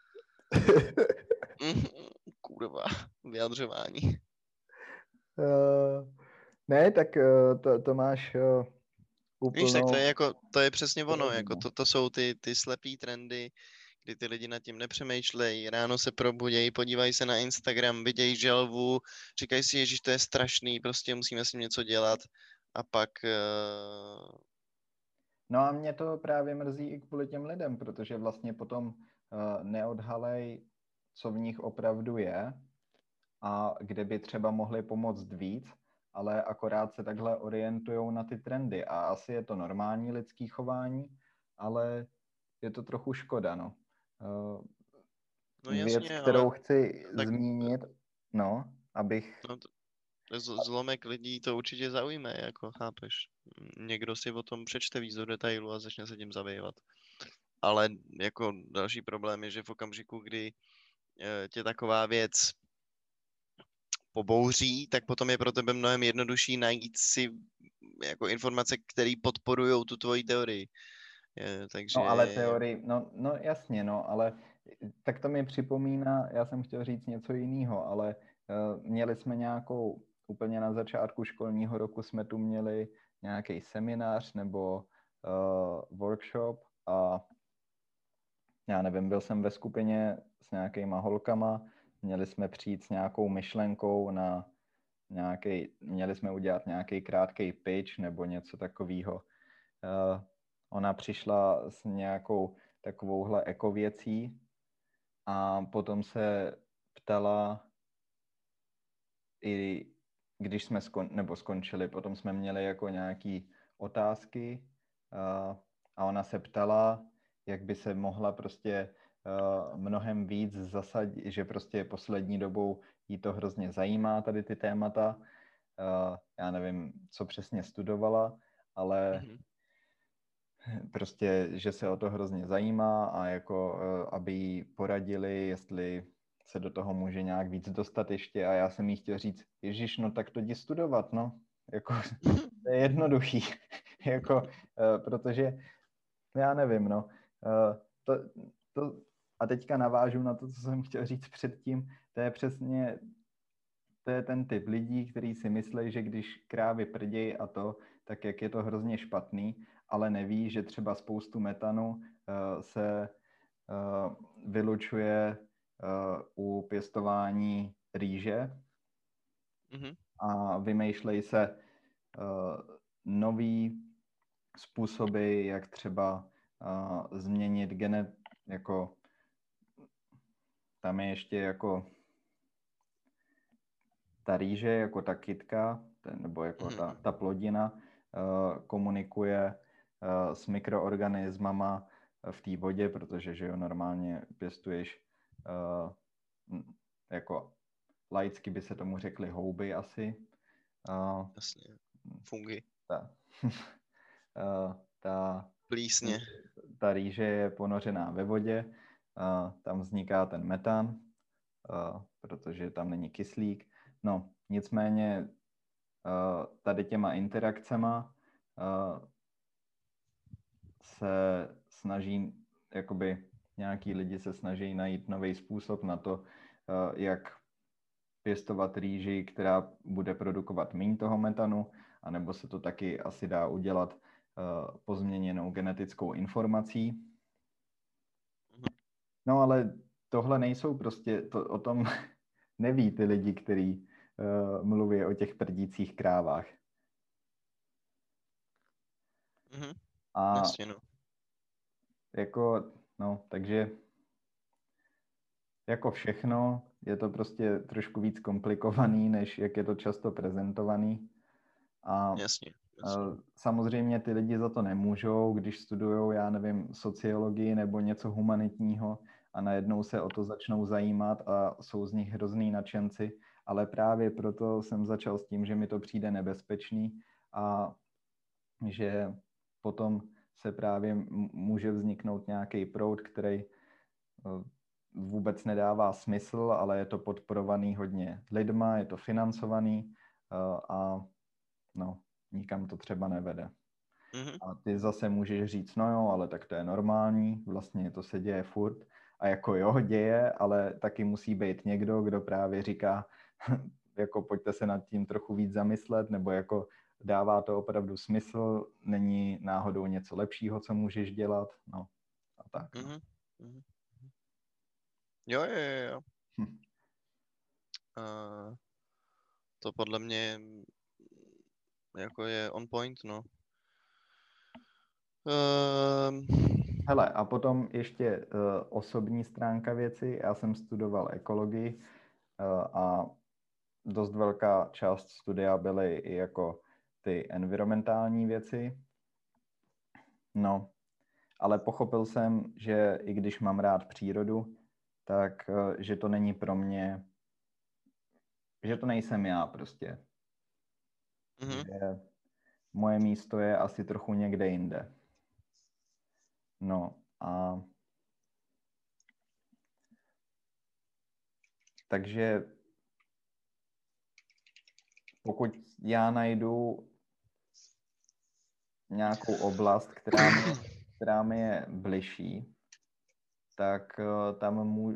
Kurva, vyjadřování. Uh, ne, tak uh, to, to máš uh, Víš, tak to je úplnou jako, to je přesně ono, pravdu, jako no. to, to jsou ty, ty slepý trendy, kdy ty lidi nad tím nepřemýšlejí, ráno se probudějí, podívají se na Instagram, vidějí želvu, říkají si, ježiš, to je strašný, prostě musíme s tím něco dělat a pak uh, No a mě to právě mrzí i kvůli těm lidem, protože vlastně potom uh, neodhalej, co v nich opravdu je a kde by třeba mohli pomoct víc, ale akorát se takhle orientujou na ty trendy a asi je to normální lidský chování, ale je to trochu škoda, no. Uh, No věc, jasně, ale kterou chci tak zmínit, no, abych... no, to- z- zlomek lidí to určitě zaujme, jako chápeš. Někdo si o tom přečte víc do detailu a začne se tím zabývat. Ale jako další problém je, že v okamžiku, kdy eh, tě taková věc pobouří, tak potom je pro tebe mnohem jednodušší najít si jako informace, které podporují tu tvoji teorii. Je, takže... No ale teorii, no, no jasně, no, ale tak to mi připomíná, já jsem chtěl říct něco jiného, ale uh, měli jsme nějakou, úplně na začátku školního roku jsme tu měli nějaký seminář nebo uh, workshop a já nevím, byl jsem ve skupině s nějakýma holkama, měli jsme přijít s nějakou myšlenkou na nějaký, měli jsme udělat nějaký krátký pitch nebo něco takového. Uh, ona přišla s nějakou takovouhle ekověcí a potom se ptala i když jsme skon, nebo skončili, potom jsme měli jako nějaký otázky uh, a ona se ptala, jak by se mohla prostě uh, mnohem víc zasadit, že prostě poslední dobou jí to hrozně zajímá, tady ty témata. Uh, já nevím, co přesně studovala, ale Mhm. prostě, že se o to hrozně zajímá a jako, uh, aby jí poradili, jestli se do toho může nějak víc dostat ještě a já jsem jí chtěl říct, ježiš, no tak to jdi studovat, no. Jako, to je jednoduchý. jako, uh, protože, já nevím, no. Uh, to, to, a teďka navážu na to, co jsem chtěl říct předtím, to je přesně, to je ten typ lidí, který si myslí, že když krávy prdějí a to, tak jak je to hrozně špatný, ale neví, že třeba spoustu metanu uh, se uh, vylučuje uh, u pěstování rýže Mhm. a vymýšlej se uh, nový způsoby, jak třeba uh, změnit genet, jako tam je ještě jako ta rýže, jako ta kytka, ten, nebo jako Mhm. ta, ta plodina, uh, komunikuje uh, s mikroorganismama v té vodě, protože že jo, normálně pěstuješ uh, jako laicky by se tomu řekli houby asi. Uh, Jasně. Fungy. ta, uh, ta, Plísně. ta rýže je ponořená ve vodě, uh, tam vzniká ten metan, uh, protože tam není kyslík. No, nicméně uh, tady těma interakcema uh, se snaží, jakoby nějaký lidi se snaží najít nový způsob na to, uh, jak pěstovat rýži, která bude produkovat méně toho metanu, anebo se to taky asi dá udělat uh, pozměněnou genetickou informací. No ale tohle nejsou prostě, to, o tom neví ty lidi, kteří uh, mluví o těch prdících krávách. Mhm. A Jasně, no. jako, no, takže jako všechno je to prostě trošku víc komplikovaný, než jak je to často prezentovaný. A Jasně. Jasně. samozřejmě ty lidi za to nemůžou, když studují, já nevím, sociologii nebo něco humanitního a najednou se o to začnou zajímat a jsou z nich hrozný nadšenci, ale právě proto jsem začal s tím, že mi to přijde nebezpečný a že potom se právě může vzniknout nějaký proud, který vůbec nedává smysl, ale je to podporovaný hodně lidma, je to financovaný a no, nikam to třeba nevede. Mhm. A ty zase můžeš říct, no jo, ale tak to je normální, vlastně to se děje furt. A jako jo, děje, ale taky musí být někdo, kdo právě říká, jako pojďte se nad tím trochu víc zamyslet, nebo jako dává to opravdu smysl, není náhodou něco lepšího, co můžeš dělat, no a tak. No. Mhm. Mhm. Jo, jo, jo, jo. Hm. Uh, to podle mě jako je on point, no. Um, Hele, a potom ještě uh, osobní stránka věci. Já jsem studoval ekologii uh, a dost velká část studia byly i jako ty environmentální věci. No, ale pochopil jsem, že i když mám rád přírodu, tak uh, že to není pro mě, že to nejsem já prostě. mm-hmm. Že moje místo je asi trochu někde jinde. No a takže pokud já najdu nějakou oblast, která mi, která mi je bližší, tak uh, tam můj,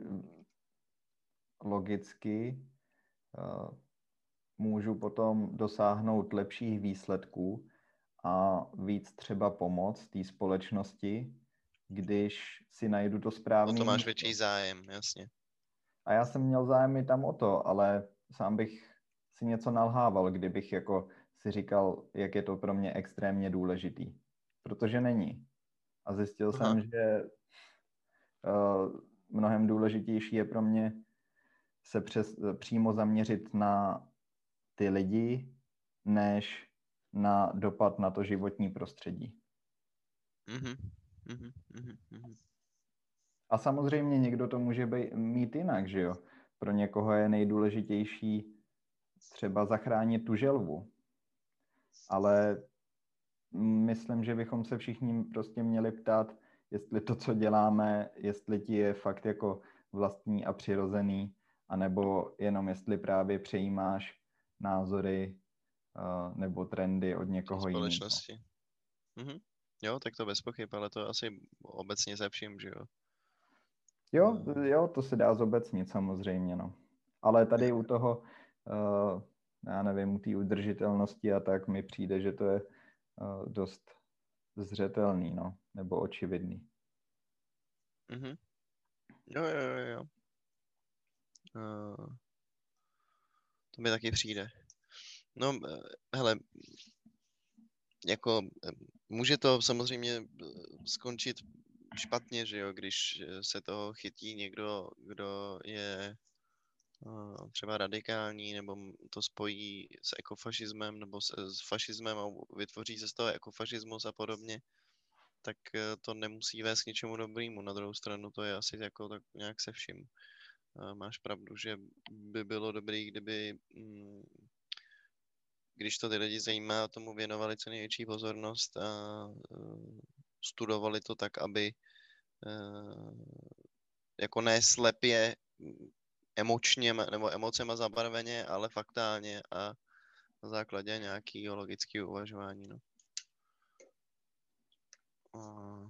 logicky uh, můžu potom dosáhnout lepších výsledků a víc třeba pomoct té společnosti, když si najdu to správné O to máš místo. větší zájem, jasně. A já jsem měl zájem i tam o to, ale sám bych si něco nalhával, kdybych jako si říkal, jak je to pro mě extrémně důležitý. Protože není. A zjistil Aha. jsem, že uh, mnohem důležitější je pro mě se přes, přímo zaměřit na ty lidi, než na dopad na to životní prostředí. Mm-hmm. Mm-hmm. Mm-hmm. A samozřejmě někdo to může být, mít jinak, že jo? Pro někoho je nejdůležitější třeba zachránit tu želvu. Ale myslím, že bychom se všichni prostě měli ptát, jestli to, co děláme, jestli ti je fakt jako vlastní a přirozený, anebo jenom jestli právě přejímáš názory uh, nebo trendy od někoho jiného. Společnosti. Mhm. Jo, tak to bez pochyb, ale to asi obecně ze vším, že jo. Jo, jo, to se dá zobecnit samozřejmě, no. Ale tady u toho, uh, já nevím, u té udržitelnosti a tak mi přijde, že to je uh, dost zřetelný, no, nebo očividný. Mhm. Jo, jo, jo, jo. Uh, to mi taky přijde. No, uh, hele, jako může to samozřejmě skončit špatně, že jo, když se toho chytí někdo, kdo je uh, třeba radikální, nebo to spojí s ekofašismem, nebo s, s fašismem a vytvoří se z toho ekofašismus a podobně, tak uh, to nemusí vést k něčemu dobrému. Na druhou stranu to je asi jako tak nějak se vším. Uh, máš pravdu, že by bylo dobré, kdyby mm, když to ty lidi zajímá, tomu věnovali co největší pozornost a uh, studovali to tak, aby uh, jako ne slepě emočně nebo emocema zabarveně, ale faktálně a na základě nějakého logického uvažování. No. Uh,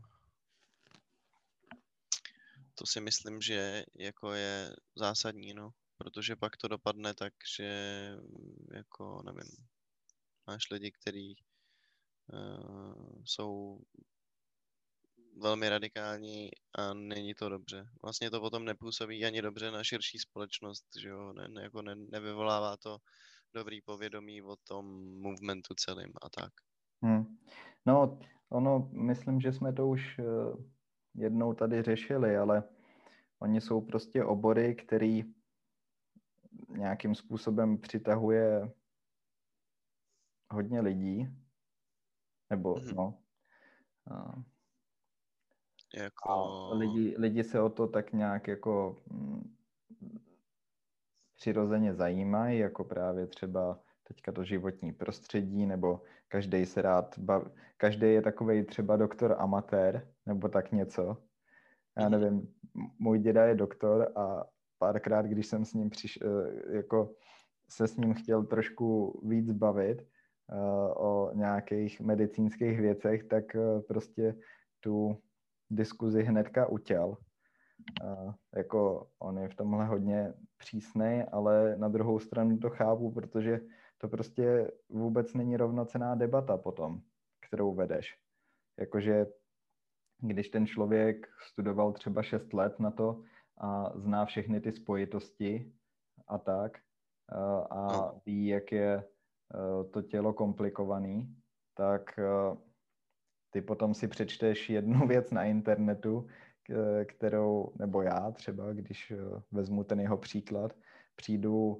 to si myslím, že jako je zásadní, no, protože pak to dopadne tak, že jako nevím, máš lidi, kteří uh, jsou velmi radikální a není to dobře. Vlastně to potom nepůsobí ani dobře na širší společnost, že jo, ne, ne, jako ne, nevyvolává to dobrý povědomí o tom movementu celým a tak. Hmm. No, ono, myslím, že jsme to už uh, jednou tady řešili, ale oni jsou prostě obory, který nějakým způsobem přitahuje hodně lidí, nebo Mhm. no. Uh, Jako... A lidi, lidi se o to tak nějak jako mm, přirozeně zajímají, jako právě třeba teďka to životní prostředí, nebo každý se rád baví, každý je takovej třeba doktor amatér, nebo tak něco. Já Mhm. nevím, můj děda je doktor a párkrát, když jsem s ním přišel, jako se s ním chtěl trošku víc bavit uh, o nějakých medicínských věcech, tak uh, prostě tu diskuzi hnedka utěl. Uh, jako on je v tomhle hodně přísnej, ale na druhou stranu to chápu, protože to prostě vůbec není rovnocenná debata potom, kterou vedeš. Jakože když ten člověk studoval třeba šest let na to a zná všechny ty spojitosti a tak uh, a No. ví, jak je uh, to tělo komplikovaný, tak uh, ty potom si přečteš jednu věc na internetu, kterou, nebo já třeba, když vezmu ten jeho příklad, přijdu uh,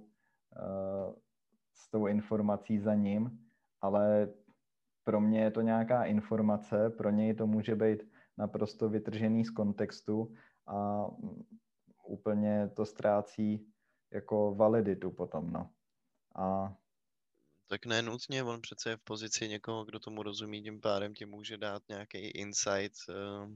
s tou informací za ním, ale pro mě je to nějaká informace, pro něj to může být naprosto vytržený z kontextu a úplně to ztrácí jako validitu potom, no. A Tak ne nutně, on přece je v pozici někoho, kdo tomu rozumí, tím pádem ti může dát nějaký insight. Uh,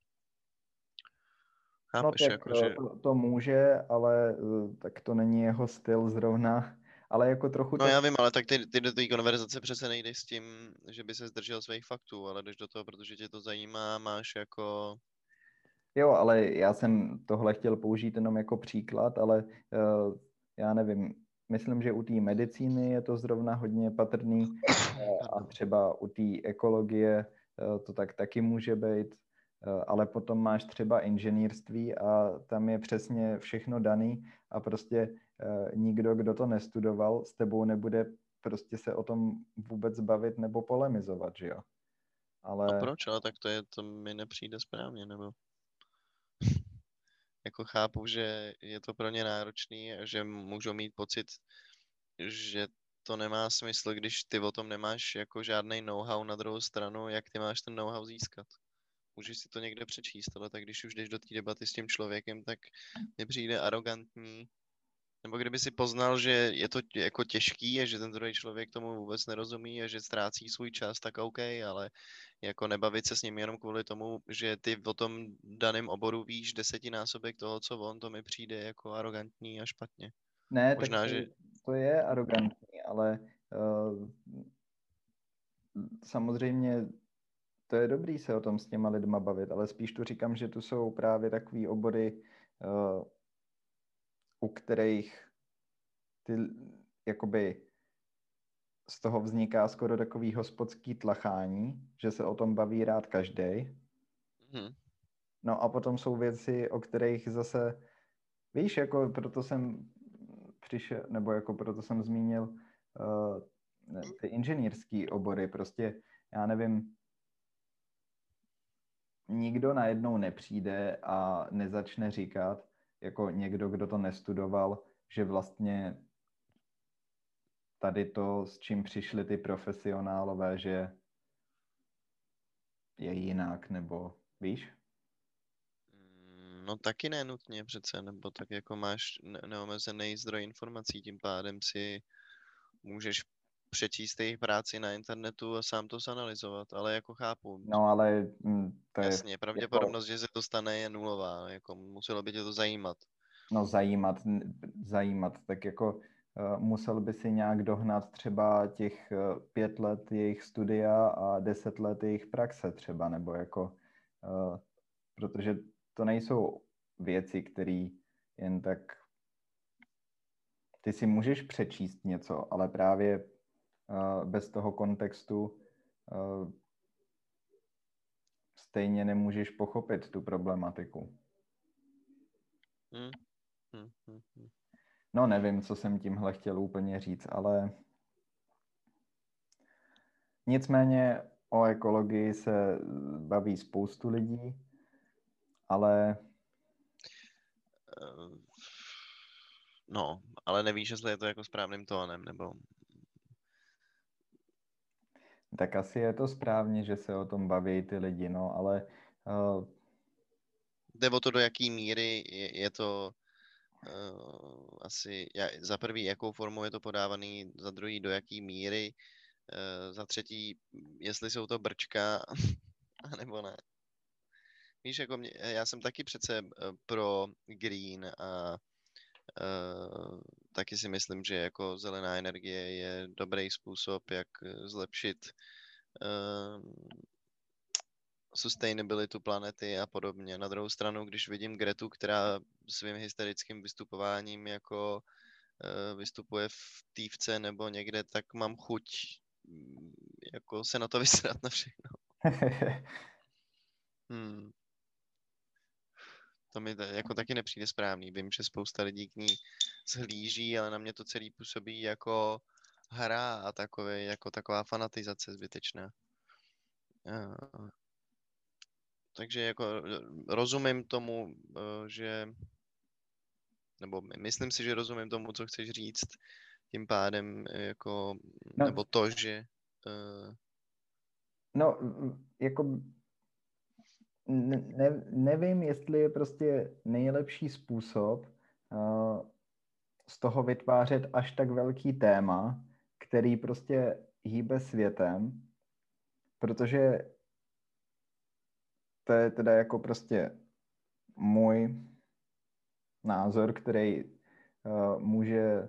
no chápeš, tak jakože... to, to může, ale tak to není jeho styl zrovna, ale jako trochu No to... já vím, ale tak ty, ty do té konverzace přece nejdeš s tím, že by se zdržel svých faktů, ale jdeš do toho, protože tě to zajímá, máš jako... Jo, ale já jsem tohle chtěl použít jenom jako příklad, ale uh, já nevím, myslím, že u té medicíny je to zrovna hodně patrný uh, a třeba u té ekologie uh, to tak taky může být, uh, ale potom máš třeba inženýrství a tam je přesně všechno daný a prostě uh, nikdo, kdo to nestudoval, s tebou nebude prostě se o tom vůbec bavit nebo polemizovat, že jo? Ale... A proč? Ale tak to je, to mi nepřijde správně, nebo... Jako chápu, že je to pro ně náročný a že můžou mít pocit, že to nemá smysl, když ty o tom nemáš jako žádný know-how. Na druhou stranu, jak ty máš ten know-how získat. Můžeš si to někde přečíst, ale tak když už jdeš do té debaty s tím člověkem, tak mi přijde arrogantní. Nebo kdyby si poznal, že je to jako těžký a že ten druhý člověk tomu vůbec nerozumí a že ztrácí svůj čas, tak OK, ale jako nebavit se s ním jenom kvůli tomu, že ty o tom daném oboru víš desetinásobek toho, co on, to mi přijde jako arrogantní a špatně. Ne, tak Možná, to, že... to je arrogantní, ale uh, samozřejmě to je dobrý se o tom s těma lidma bavit, ale spíš tu říkám, že tu jsou právě takový obory, uh, u kterých ty, jakoby z toho vzniká skoro takový hospodský tlachání, že se o tom baví rád každej. Mhm. No a potom jsou věci, o kterých zase, víš, jako proto jsem přišel, nebo jako proto jsem zmínil uh, ty inženýrský obory, prostě já nevím, nikdo najednou nepřijde a nezačne říkat, jako někdo, kdo to nestudoval, že vlastně tady to, s čím přišli ty profesionálové, že je jinak, nebo víš? No taky ne nutně přece, nebo tak jako máš ne- neomezený zdroj informací, tím pádem si můžeš přečíst jejich práci na internetu a sám to zanalyzovat, ale jako chápu. No ale hm, to je Jasně, jako, pravděpodobnost, že se to stane, je nulová, jako muselo by tě to zajímat. no zajímat, zajímat, tak jako uh, musel by si nějak dohnat třeba těch uh, pět let jejich studia a deset let jejich praxe třeba, nebo jako, uh, protože to nejsou věci, které jen tak, ty si můžeš přečíst něco, ale právě uh, bez toho kontextu uh, stejně nemůžeš pochopit tu problematiku. Hmm. Hmm, hmm, hmm. No nevím, co jsem tímhle chtěl úplně říct, ale nicméně o ekologii se baví spoustu lidí, ale... No, ale nevíš, jestli je to jako správným tónem, nebo... Tak asi je to správně, že se o tom baví ty lidi, no, ale... Uh... Jde o to, do jaký míry je, je to uh, asi, ja, za prvý, jakou formou je to podávaný, za druhý, do jaký míry, uh, za třetí, jestli jsou to brčka, nebo ne. Víš, jako mě, já jsem taky přece pro green a uh, taky si myslím, že jako zelená energie je dobrý způsob, jak zlepšit uh, sustainabilitu planety a podobně. Na druhou stranu, když vidím Gretu, která svým hysterickým vystupováním jako uh, vystupuje v tývce nebo někde, tak mám chuť mm, jako se na to vysrat na všechno. Hmm. To mi jako taky nepřijde správný. Vím, že spousta lidí k ní zhlíží, ale na mě to celý působí jako hra a takové, jako taková fanatizace zbytečná. Uh, takže jako rozumím tomu, uh, že nebo myslím si, že rozumím tomu, co chceš říct. Tím pádem jako, No, nebo to, že uh, no jako ne, nevím, jestli je prostě nejlepší způsob uh, z toho vytvářet až tak velký téma, který prostě hýbe světem, protože to je teda jako prostě můj názor, který uh, může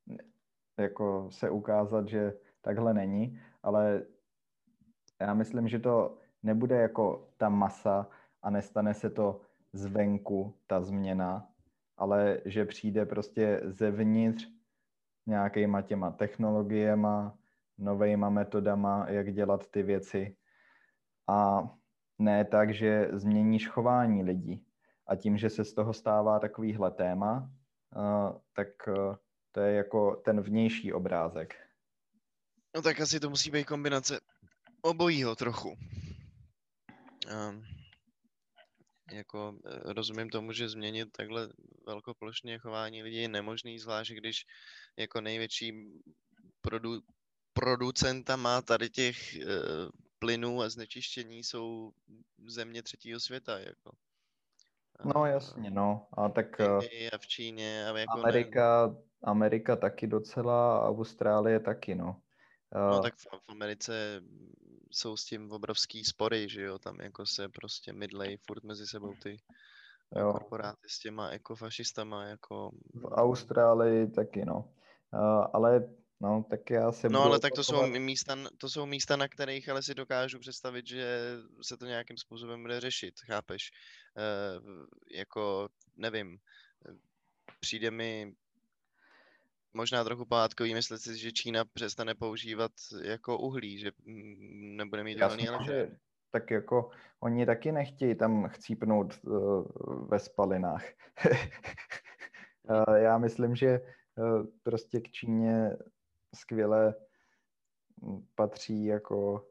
jako se ukázat, že takhle není, ale já myslím, že to nebude jako ta masa a nestane se to zvenku, ta změna, ale že přijde prostě zevnitř nějakýma těma technologiema, novejma metodama, jak dělat ty věci. A ne tak, že změníš chování lidí. A tím, že se z toho stává takovýhle téma, uh, tak uh, to je jako ten vnější obrázek. No tak asi to musí být kombinace obojího trochu. Um, jako rozumím tomu, že změnit takhle velkoplošně chování lidí je nemožný, zvlášť když jako největší produ, producenta má tady těch uh, plynů a znečištění jsou země třetího světa. Jako. No jasně, no. A tak V Indii a v Číně. A jako Amerika, ne, Amerika taky docela, Austrálie taky, no. no Uh, tak v, v Americe jsou s tím obrovský spory, že jo, tam jako se prostě mydlej furt mezi sebou ty jo, korporáty s těma ekofašistama, jako... v Austrálii taky, no. Uh, ale no, tak já se No budu ale tak to jsou opakovat. místa, to jsou místa, na kterých ale si dokážu představit, že se to nějakým způsobem bude řešit, chápeš? E, jako, nevím, přijde mi možná trochu pohádkový myslet si, že Čína přestane používat jako uhlí, že nebude mít uhelný Jasně, elektrárny. že tak jako oni taky nechtějí tam chcípnout uh, ve spalinách. uh, já myslím, že uh, prostě k Číně skvěle patří jako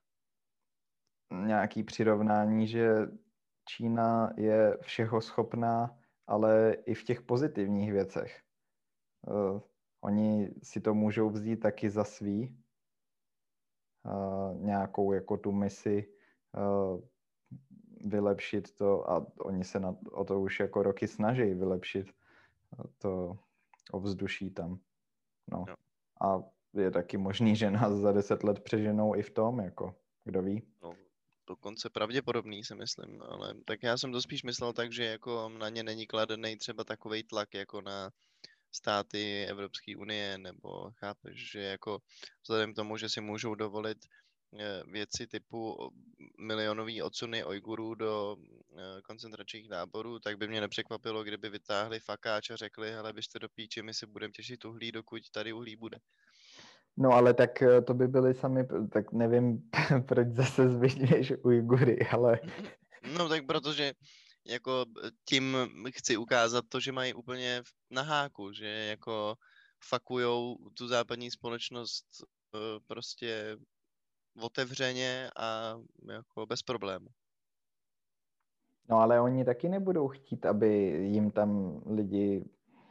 nějaký přirovnání, že Čína je všeho schopná, ale i v těch pozitivních věcech. Uh, oni si to můžou vzít taky za svý, uh, nějakou jako tu misi uh, vylepšit to a oni se na, o to už jako roky snaží vylepšit to ovzduší tam. No. No. A je taky možný, že nás za deset let přeženou i v tom, jako kdo ví. No, dokonce pravděpodobný, si myslím, ale tak já jsem to spíš myslel tak, že jako na ně není kladený třeba takovej tlak jako na státy Evropské unie, nebo chápeš, že jako vzhledem k tomu, že si můžou dovolit eh, věci typu milionový odsuny Ujgurů do eh, koncentračních táborů, tak by mě nepřekvapilo, kdyby vytáhli fakáč a řekli, hele, běžte do píči, my si budeme těšit uhlí, dokud tady uhlí bude. No ale tak eh, to by byly sami, tak nevím, proč zase zmiňuješ Ujgury, ale... No tak protože jako tím chci ukázat to, že mají úplně na háku, že jako fakujou tu západní společnost eh, prostě otevřeně a jako bez problému. No ale oni taky nebudou chtít, aby jim tam lidi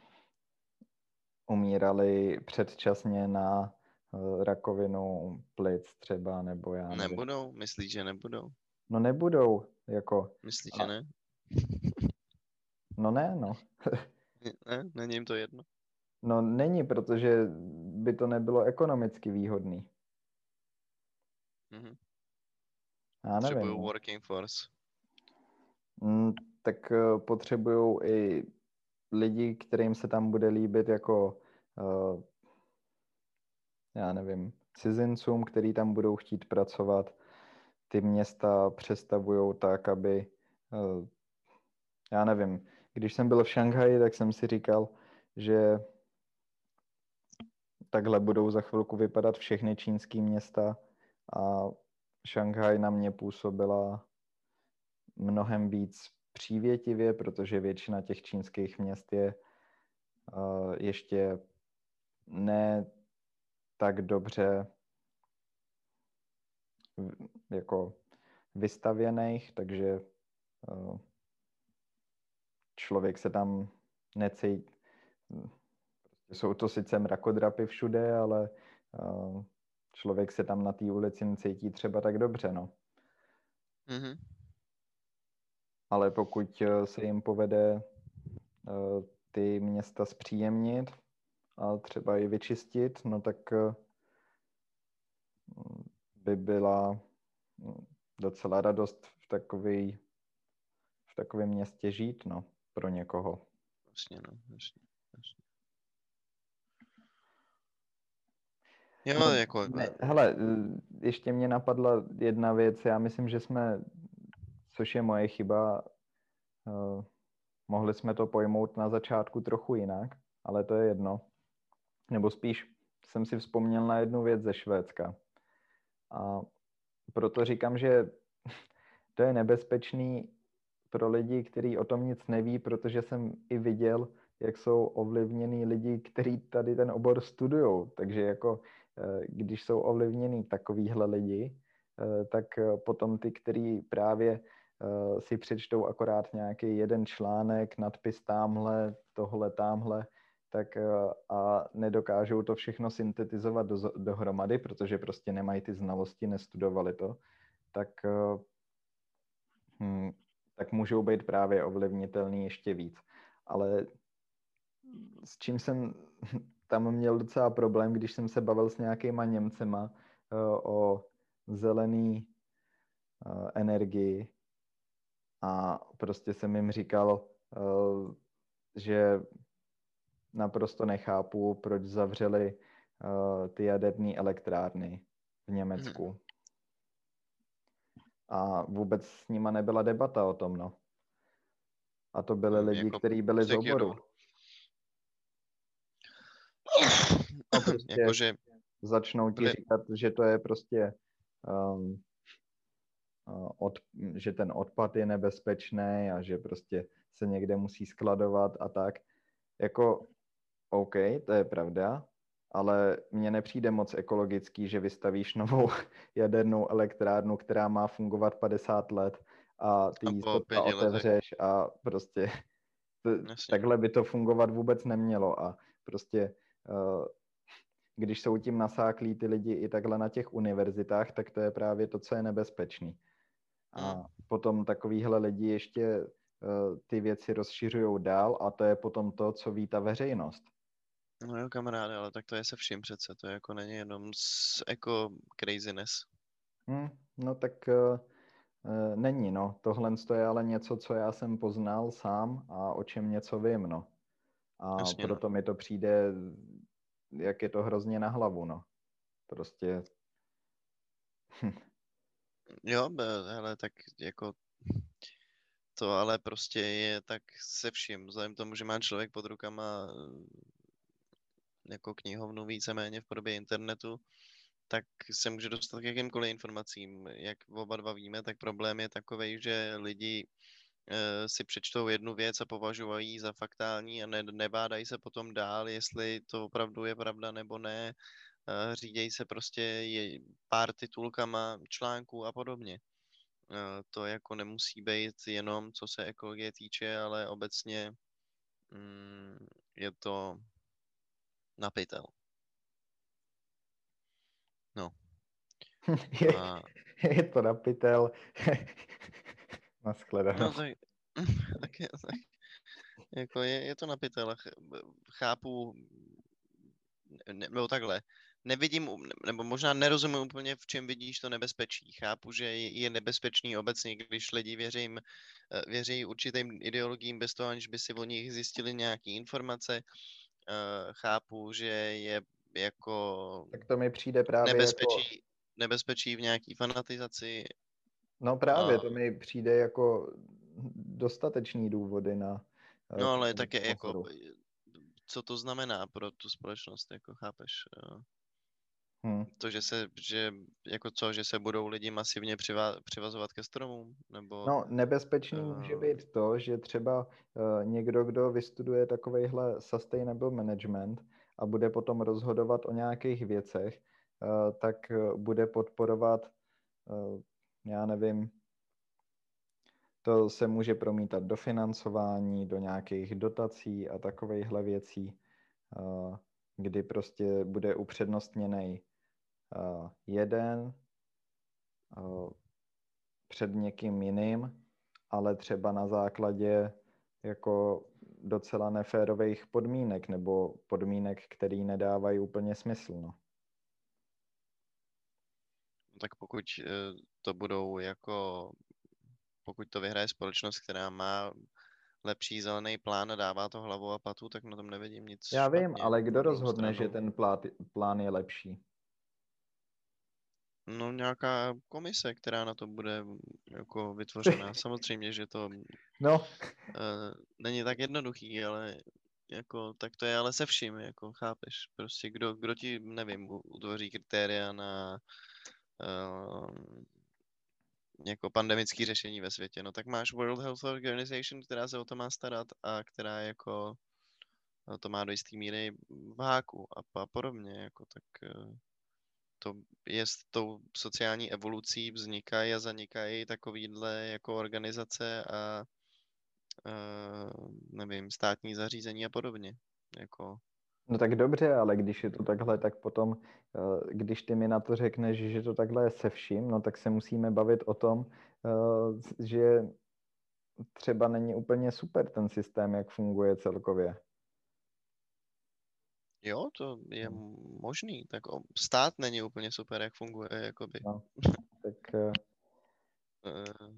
umírali předčasně na uh, rakovinu plic třeba, nebo já nevím. Nebudou? Myslíš, že nebudou? No nebudou, jako... Myslíš, A... že ne? No ne, no. Ne? Není jim to jedno? No není, protože by to nebylo ekonomicky výhodný. Mhm. Já nevím. Potřebují No. working force. Mm, tak uh, potřebují i lidi, kterým se tam bude líbit jako, uh, já nevím, cizincům, který tam budou chtít pracovat. Ty města přestavují tak, aby, uh, já nevím, když jsem byl v Šanghaji, tak jsem si říkal, že takhle budou za chvilku vypadat všechny čínské města a Šanghaj na mě působila mnohem víc přívětivě, protože většina těch čínských měst je uh, ještě ne tak dobře jako vystavěných, takže uh, člověk se tam necítí. Jsou to sice mrakodrapy všude, ale uh, člověk se tam na té ulici necítí třeba tak dobře, no. Mm-hmm. Ale pokud se jim povede uh, ty města zpříjemnit a třeba i vyčistit, no tak uh, by byla docela radost v takový, v takovém městě žít, no, pro někoho. Vlastně, no, vlastně, vlastně. Jo, no, jako... Ne, hele, ještě mě napadla jedna věc, já myslím, že jsme, což je moje chyba, uh, mohli jsme to pojmout na začátku trochu jinak, ale to je jedno. Nebo spíš jsem si vzpomněl na jednu věc ze Švédska. A proto říkám, že to je nebezpečný pro lidi, kteří o tom nic neví, protože jsem i viděl, jak jsou ovlivnění lidi, kteří tady ten obor studují. Takže jako, když jsou ovlivnění takovýhle lidi, tak potom ty, kteří právě si přečtou akorát nějaký jeden článek, nadpis támhle, tohle, támhle, tak a nedokážou to všechno syntetizovat do, dohromady, protože prostě nemají ty znalosti, nestudovali to, tak, hm, tak můžou být právě ovlivnitelný ještě víc. Ale s čím jsem tam měl docela problém, když jsem se bavil s nějakýma Němcema o zelený energii a prostě jsem jim říkal, že naprosto nechápu, proč zavřeli uh, ty jaderné elektrárny v Německu. Hmm. A vůbec s nima nebyla debata o tom, no. A to byli hmm, lidi, jako kteří byli z oboru. No prostě Jakože začnou ti byli... říkat, že to je prostě um, od, že ten odpad je nebezpečný a že prostě se někde musí skladovat a tak. Jako OK, to je pravda, ale mně nepřijde moc ekologický, že vystavíš novou jadernou elektrárnu, která má fungovat padesát let a ty ji otevřeš a prostě t- takhle by to fungovat vůbec nemělo a prostě uh, když jsou tím nasáklí ty lidi i takhle na těch univerzitách, tak to je právě to, co je nebezpečný. A hmm. potom takovýhle lidi ještě uh, ty věci rozšiřujou dál a to je potom to, co ví ta veřejnost. No jo, kamaráde, ale tak to je se vším přece, to jako není jenom z jako craziness. Hmm, no tak uh, uh, není, no. Tohle je ale něco, co já jsem poznal sám a o čem něco vím, no. A Jasně, proto no. mi to přijde, jak je to hrozně na hlavu, no. Prostě... jo, hele, tak jako... To ale prostě je tak se vším, vzhledem tomu, že má člověk pod rukama jako knihovnu víceméně v podobě internetu, tak se může dostat k jakýmkoliv informacím. Jak oba dva víme, tak problém je takovej, že lidi e, si přečtou jednu věc a považují ji za faktální a ne, nebádají se potom dál, jestli to opravdu je pravda nebo ne. E, řídějí se prostě je, pár titulkama článků a podobně. E, to jako nemusí být jenom, co se ekologie týče, ale obecně mm, je to na pytel. No. je, a... je to na pytel. Naschledanou. No tak, tak, je, tak jako je, je to na pytel. Chápu, ne, nebo takhle, nevidím, nebo možná nerozumím úplně, v čem vidíš to nebezpečí. Chápu, že je, je nebezpečný obecně, když lidi věří, věří určitým ideologiím bez toho, aniž by si o nich zjistili nějaké informace. Chápu, že je jako tak to mi přijde právě nebezpečí, jako... nebezpečí v nějaký fanatizaci. No právě, a... to mi přijde jako dostatečný důvody na... No ale také jako, co to znamená pro tu společnost, jako chápeš? Hmm. To, že se, že jako co, že se budou lidi masivně přiva, přivazovat ke stromům, nebo... No nebezpečný uh... může být to, že třeba uh, někdo, kdo vystuduje takovejhle sustainable management a bude potom rozhodovat o nějakých věcech, uh, tak uh, bude podporovat, uh, já nevím, To se může promítat do financování, do nějakých dotací a takovejhle věcí, kdy prostě bude upřednostněný jeden před někým jiným, ale třeba na základě jako docela neférových podmínek nebo podmínek, který nedávají úplně smysl. No. Tak pokud to budou jako, pokud to vyhraje společnost, která má lepší zelený plán a dává to hlavu a patu, tak na tom nevidím nic Já špatně. vím, ale kdo rozhodne, stranu. že ten plát, plán je lepší? No nějaká komise, která na to bude jako vytvořená. Samozřejmě, že to no. uh, není tak jednoduchý, ale jako, tak to je ale se vším, jako chápeš. Prostě kdo, kdo ti, nevím, utvoří kritéria na uh, jako pandemické řešení ve světě. No tak máš World Health Organization, která se o to má starat a která jako to má do jisté míry v háku a, a podobně, jako tak uh, to je s tou sociální evolucí vznikají a zanikají takovýhle jako organizace a uh, nevím, státní zařízení a podobně. Jako... No tak dobře, ale když je to takhle, tak potom, když ty mi na to řekneš, že to takhle je se vším, no tak se musíme bavit o tom, že třeba není úplně super ten systém, jak funguje celkově. Jo, to je no. možný. Tak stát není úplně super, jak funguje, jakoby. No, tak... Uh... Uh,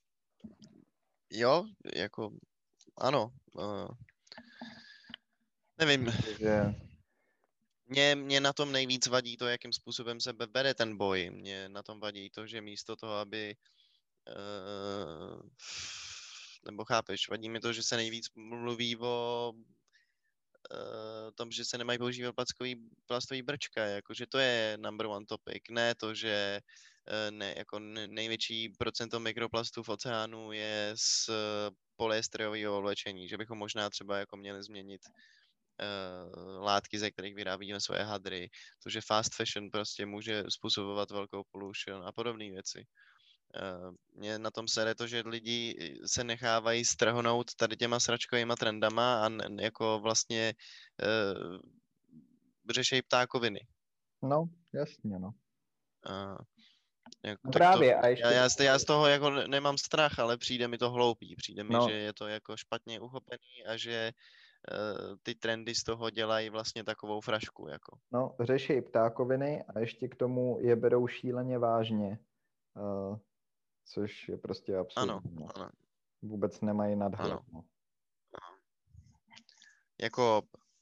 jo, jako, ano. Uh, nevím. Že... Mě, mě na tom nejvíc vadí to, jakým způsobem se bere ten boj. Mě na tom vadí to, že místo toho, aby uh, nebo chápeš, vadí mi to, že se nejvíc mluví o uh, tom, že se nemají používat plastový, plastový brčka, jakože to je number one topic, ne to, že uh, ne, jako největší procento mikroplastů v oceánu je z polyesterového oblečení, že bychom možná třeba jako měli změnit uh, látky, ze kterých vyrábíme svoje hadry, to, že fast fashion prostě může způsobovat velkou pollution a podobné věci. Uh, mě na tom sere to, že lidi se nechávají strhnout tady těma sračkovýma trendama a n- jako vlastně uh, řešejí ptákoviny. No, jasně, no. Uh, jak, no tak právě, to, a ještě... já, já, z, já z toho jako nemám strach, ale přijde mi to hloupý. Přijde mi, no. že je to jako špatně uchopený a že uh, ty trendy z toho dělají vlastně takovou frašku. Jako. No, řeší ptákoviny a ještě k tomu je berou šíleně vážně. Uh, což je prostě absurdní. Ano, ano. Vůbec nemají nadhled. Ano. No. Jako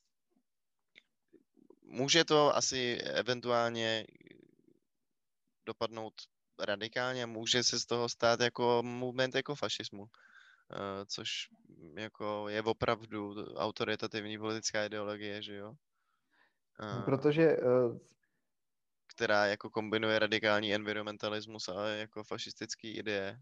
může to asi eventuálně dopadnout radikálně, může se z toho stát jako movement jako fašismu, uh, což jako je opravdu autoritativní politická ideologie, že jo? Uh, Protože uh, která jako kombinuje radikální environmentalismus a jako fašistický ideje.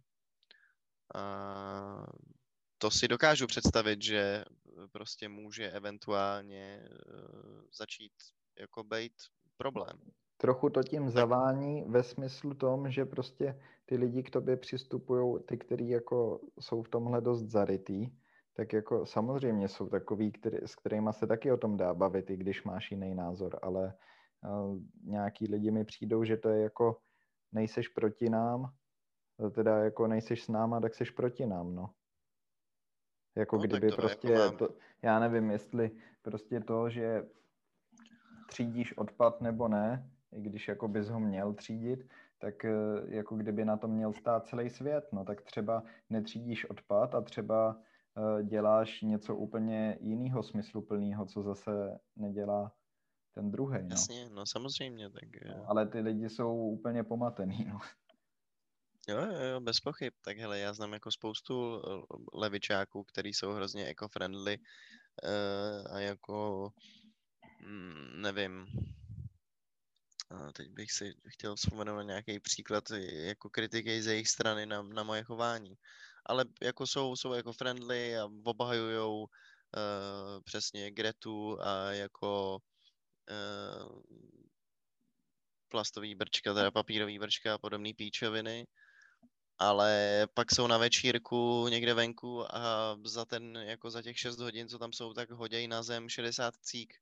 A to si dokážu představit, že prostě může eventuálně uh, začít jako být problém. Trochu to tím zavání ve smyslu tom, že prostě ty lidi k tobě přistupují, ty, kteří jako jsou v tomhle dost zarytý, tak jako samozřejmě jsou takový, který, s kterými se taky o tom dá bavit, i když máš jiný názor, ale uh, nějaký lidi mi přijdou, že to je jako nejseš proti nám, teda jako nejseš s náma, tak seš proti nám, no. Jako no, kdyby to prostě, jako mám... to, já nevím, jestli prostě to, že třídíš odpad nebo ne, i když jako bys ho měl třídit, tak jako kdyby na tom měl stát celý svět, no tak třeba netřídíš odpad a třeba děláš něco úplně jiného smysluplného, co zase nedělá ten druhý. No. Jasně, no samozřejmě. Tak... No, ale ty lidi jsou úplně pomatený, no. Jo, jo, jo, bez pochyb. Tak hele, já znám jako spoustu levičáků, který jsou hrozně eco-friendly uh, a jako, mm, nevím, a teď bych si chtěl vzpomenout na nějaký příklad jako kritiky z jejich strany na, na moje chování. Ale jako jsou, jsou jako friendly a obhajujou uh, přesně Gretu a jako uh, plastový brčka, teda papírový brčka a podobné píčoviny. ale pak jsou na večírku někde venku a za ten, jako za těch šest hodin, co tam jsou, tak hoděj na zem šedesát cík.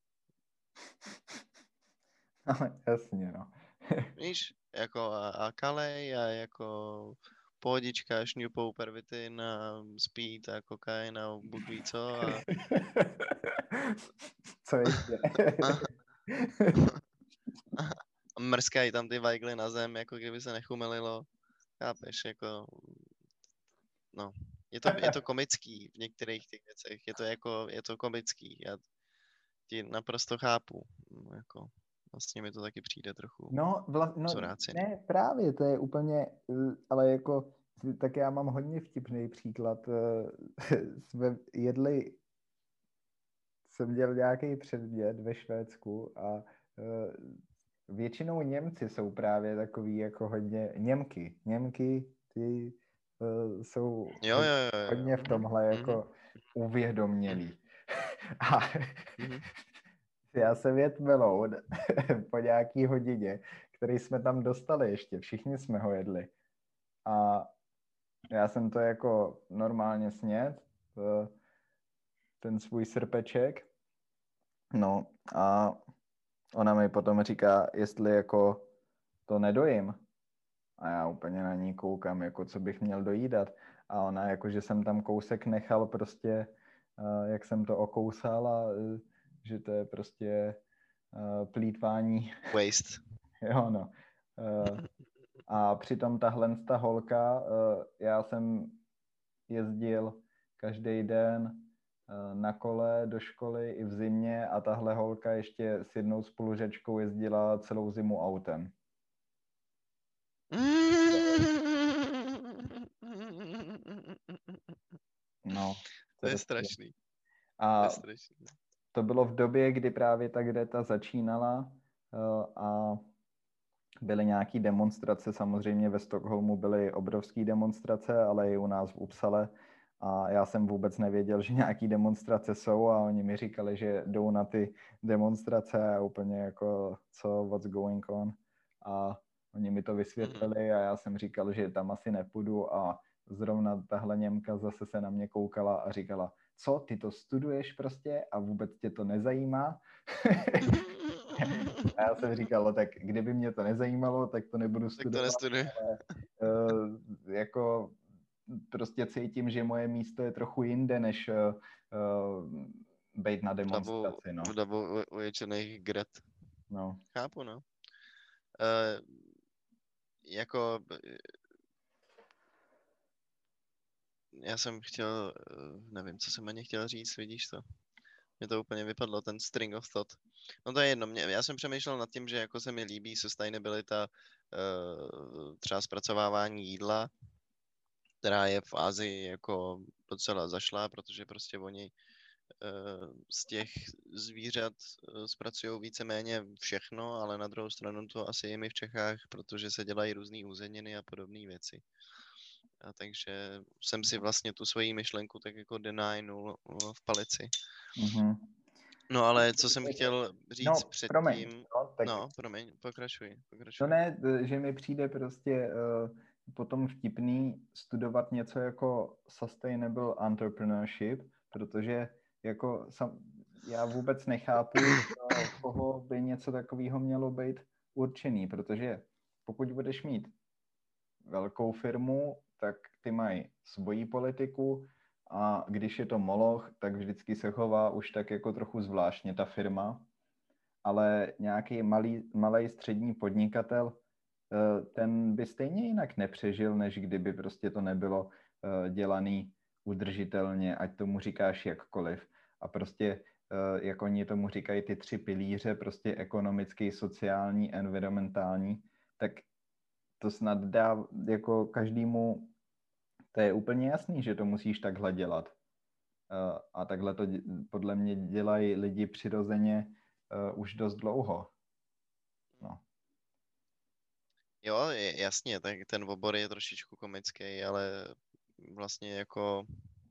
Ale jasně, no. Víš, jako a, a kalej a jako pohodička, šňupou pervitin a speed a kokain a bůh ví co a, Co ještě? a, a mrskají tam ty vajgly na zem, jako kdyby se nechumelilo. Chápeš, jako, no, je to, je to komický v některých těch věcech, je to jako, je to komický, já ti naprosto chápu, no, jako, vlastně mi to taky přijde trochu No, vla, no, zvrácený. ne, právě, to je úplně, eh, ale jako, tak já mám hodně vtipný příklad. eh, Jsme jedli, jsem dělal nějaký předmět ve Švédsku a eh, většinou Němci jsou právě takový jako hodně, Němky, Němky, ty eh, jsou Jo, hodně, jo, jo, jo. hodně v tomhle Mhm, jako uvědomělí. A mhm. já jsem jet meloun po nějaký hodině, který jsme tam dostali ještě, všichni jsme ho jedli. A já jsem to jako normálně sněd, ten svůj srpeček. No a ona mi potom říká, jestli jako to nedojím. A já úplně na ní koukám, jako co bych měl dojídat. A ona jako, že jsem tam kousek nechal prostě, jak jsem to okousal a že to je prostě plýtvání. Waste. Jo, no. A přitom tahle ta holka, já jsem jezdil každý den na kole do školy i v zimě a tahle holka ještě s jednou spolužačkou jezdila celou zimu autem. No. To je strašný. A to je strašný. To bylo v době, kdy právě ta Greta začínala a byly nějaké demonstrace, samozřejmě ve Stockholmu byly obrovské demonstrace, ale i u nás v Uppsale. A já jsem vůbec nevěděl, že nějaké demonstrace jsou a oni mi říkali, že jdou na ty demonstrace a úplně jako co, what's going on. A oni mi to vysvětlili a já jsem říkal, že tam asi nepůjdu a zrovna tahle Němka zase se na mě koukala a říkala, co, ty to studuješ prostě a vůbec tě to nezajímá? A já jsem říkal, tak kdyby mě to nezajímalo, tak to nebudu studovat, tak to nestuduji. ale uh, jako prostě cítím, že moje místo je trochu jinde, než uh, uh, být na demonstraci. No. V davu uječených Gret. No. Chápu, no. Uh, jako já jsem chtěl, nevím, co jsem ani chtěl říct, vidíš to? Mě to úplně vypadlo, ten string of thought. No to je jedno, mě, já jsem přemýšlel nad tím, že jako se mi líbí sustainabilita uh, třeba zpracovávání jídla, která je v Asii jako docela zašlá, protože prostě oni uh, z těch zvířat uh, zpracují víceméně všechno, ale na druhou stranu to asi je mi v Čechách, protože se dělají různý uzeniny a podobné věci. A takže jsem si vlastně tu svoji myšlenku tak jako denynul v palici. Mm-hmm. No ale co jsem chtěl říct no, předtím... Promiň, no, tak... no, promiň, pokračuj, pokračuj. To ne, že mi přijde prostě uh, potom vtipný studovat něco jako sustainable entrepreneurship, protože jako sam, já vůbec nechápu, uh, koho by něco takového mělo být určený, protože pokud budeš mít velkou firmu, tak ty mají svoji politiku a když je to moloch, tak vždycky se chová už tak jako trochu zvláštně ta firma, ale nějaký malý, malý střední podnikatel, ten by stejně jinak nepřežil, než kdyby prostě to nebylo dělaný udržitelně, ať tomu říkáš jakkoliv. A prostě, jak oni tomu říkají, ty tři pilíře, prostě ekonomický, sociální, environmentální, tak to snad dá jako každému, to je úplně jasný, že to musíš takhle dělat. A takhle to podle mě dělají lidi přirozeně už dost dlouho. No. Jo, je, jasně, tak ten obor je trošičku komický, ale vlastně jako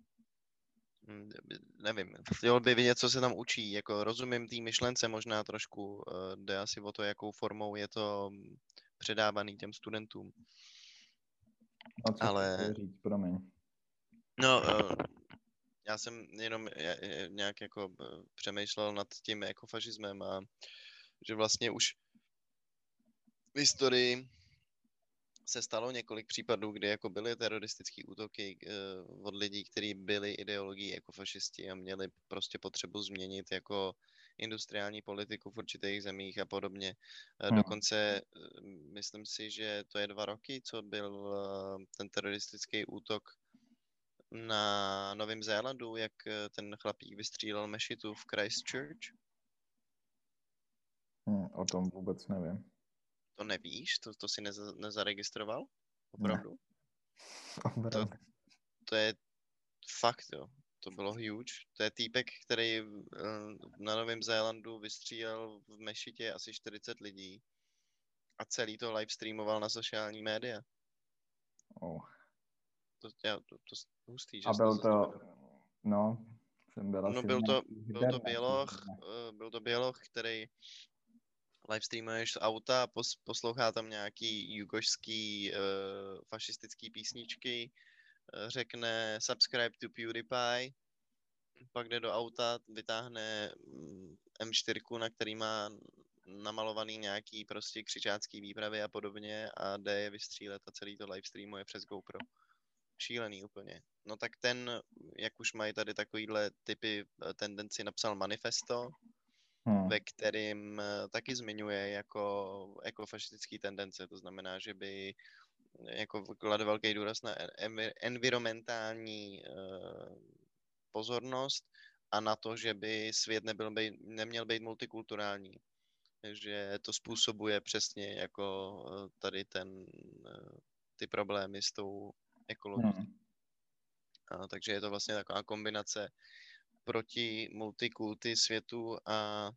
nevím, chtěl by vidět, co se tam učí, jako rozumím té myšlence možná trošku, jde asi o to, jakou formou je to předávaný těm studentům. No, co Ale... chtěl říct, promiň. No, uh, já jsem jenom nějak jako přemýšlel nad tím ekofašismem a že vlastně už v historii se stalo několik případů, kdy jako byly teroristické útoky uh, od lidí, kteří byli ideologií ekofašisti a měli prostě potřebu změnit jako industriální politiku v určitých zemích a podobně. Hmm. Dokonce myslím si, že to je dva roky, co byl uh, ten teroristický útok na Novém Zélandu, jak ten chlapík vystřílel mešitu v Christchurch. Hmm, o tom vůbec nevím. To nevíš? To, to si neza, nezaregistroval? Opravdu? Ne. To, to je fakt, jo. To bylo huge. To je týpek, který na Novém Zélandu vystřílel v mešitě asi čtyřicet lidí a celý to live streamoval na sociální média. Oh. To, já, to, to hustý, že a byl to, no, jsem byl no asi byl to, byl to běloch, byl to běloch, který livestreamuješ z auta, pos, poslouchá tam nějaký jugošský uh, fašistický písničky, uh, řekne subscribe to PewDiePie, pak jde do auta, vytáhne em čtyři, na který má namalovaný nějaký prostě křičácký výpravy a podobně a jde je vystřílet a celý to livestreamuje přes GoPro. Šílený úplně. No tak ten, jak už mají tady takovýhle typy tendenci, napsal manifesto, hmm. ve kterým taky zmiňuje jako, jako fašistický tendence. To znamená, že by jako kladl velký důraz na envi- environmentální uh, pozornost a na to, že by svět nebyl bej, neměl být multikulturální. Takže to způsobuje přesně jako tady ten, ty problémy s tou ekologií. Hmm. A, takže je to vlastně taková kombinace proti multikulty světu a, a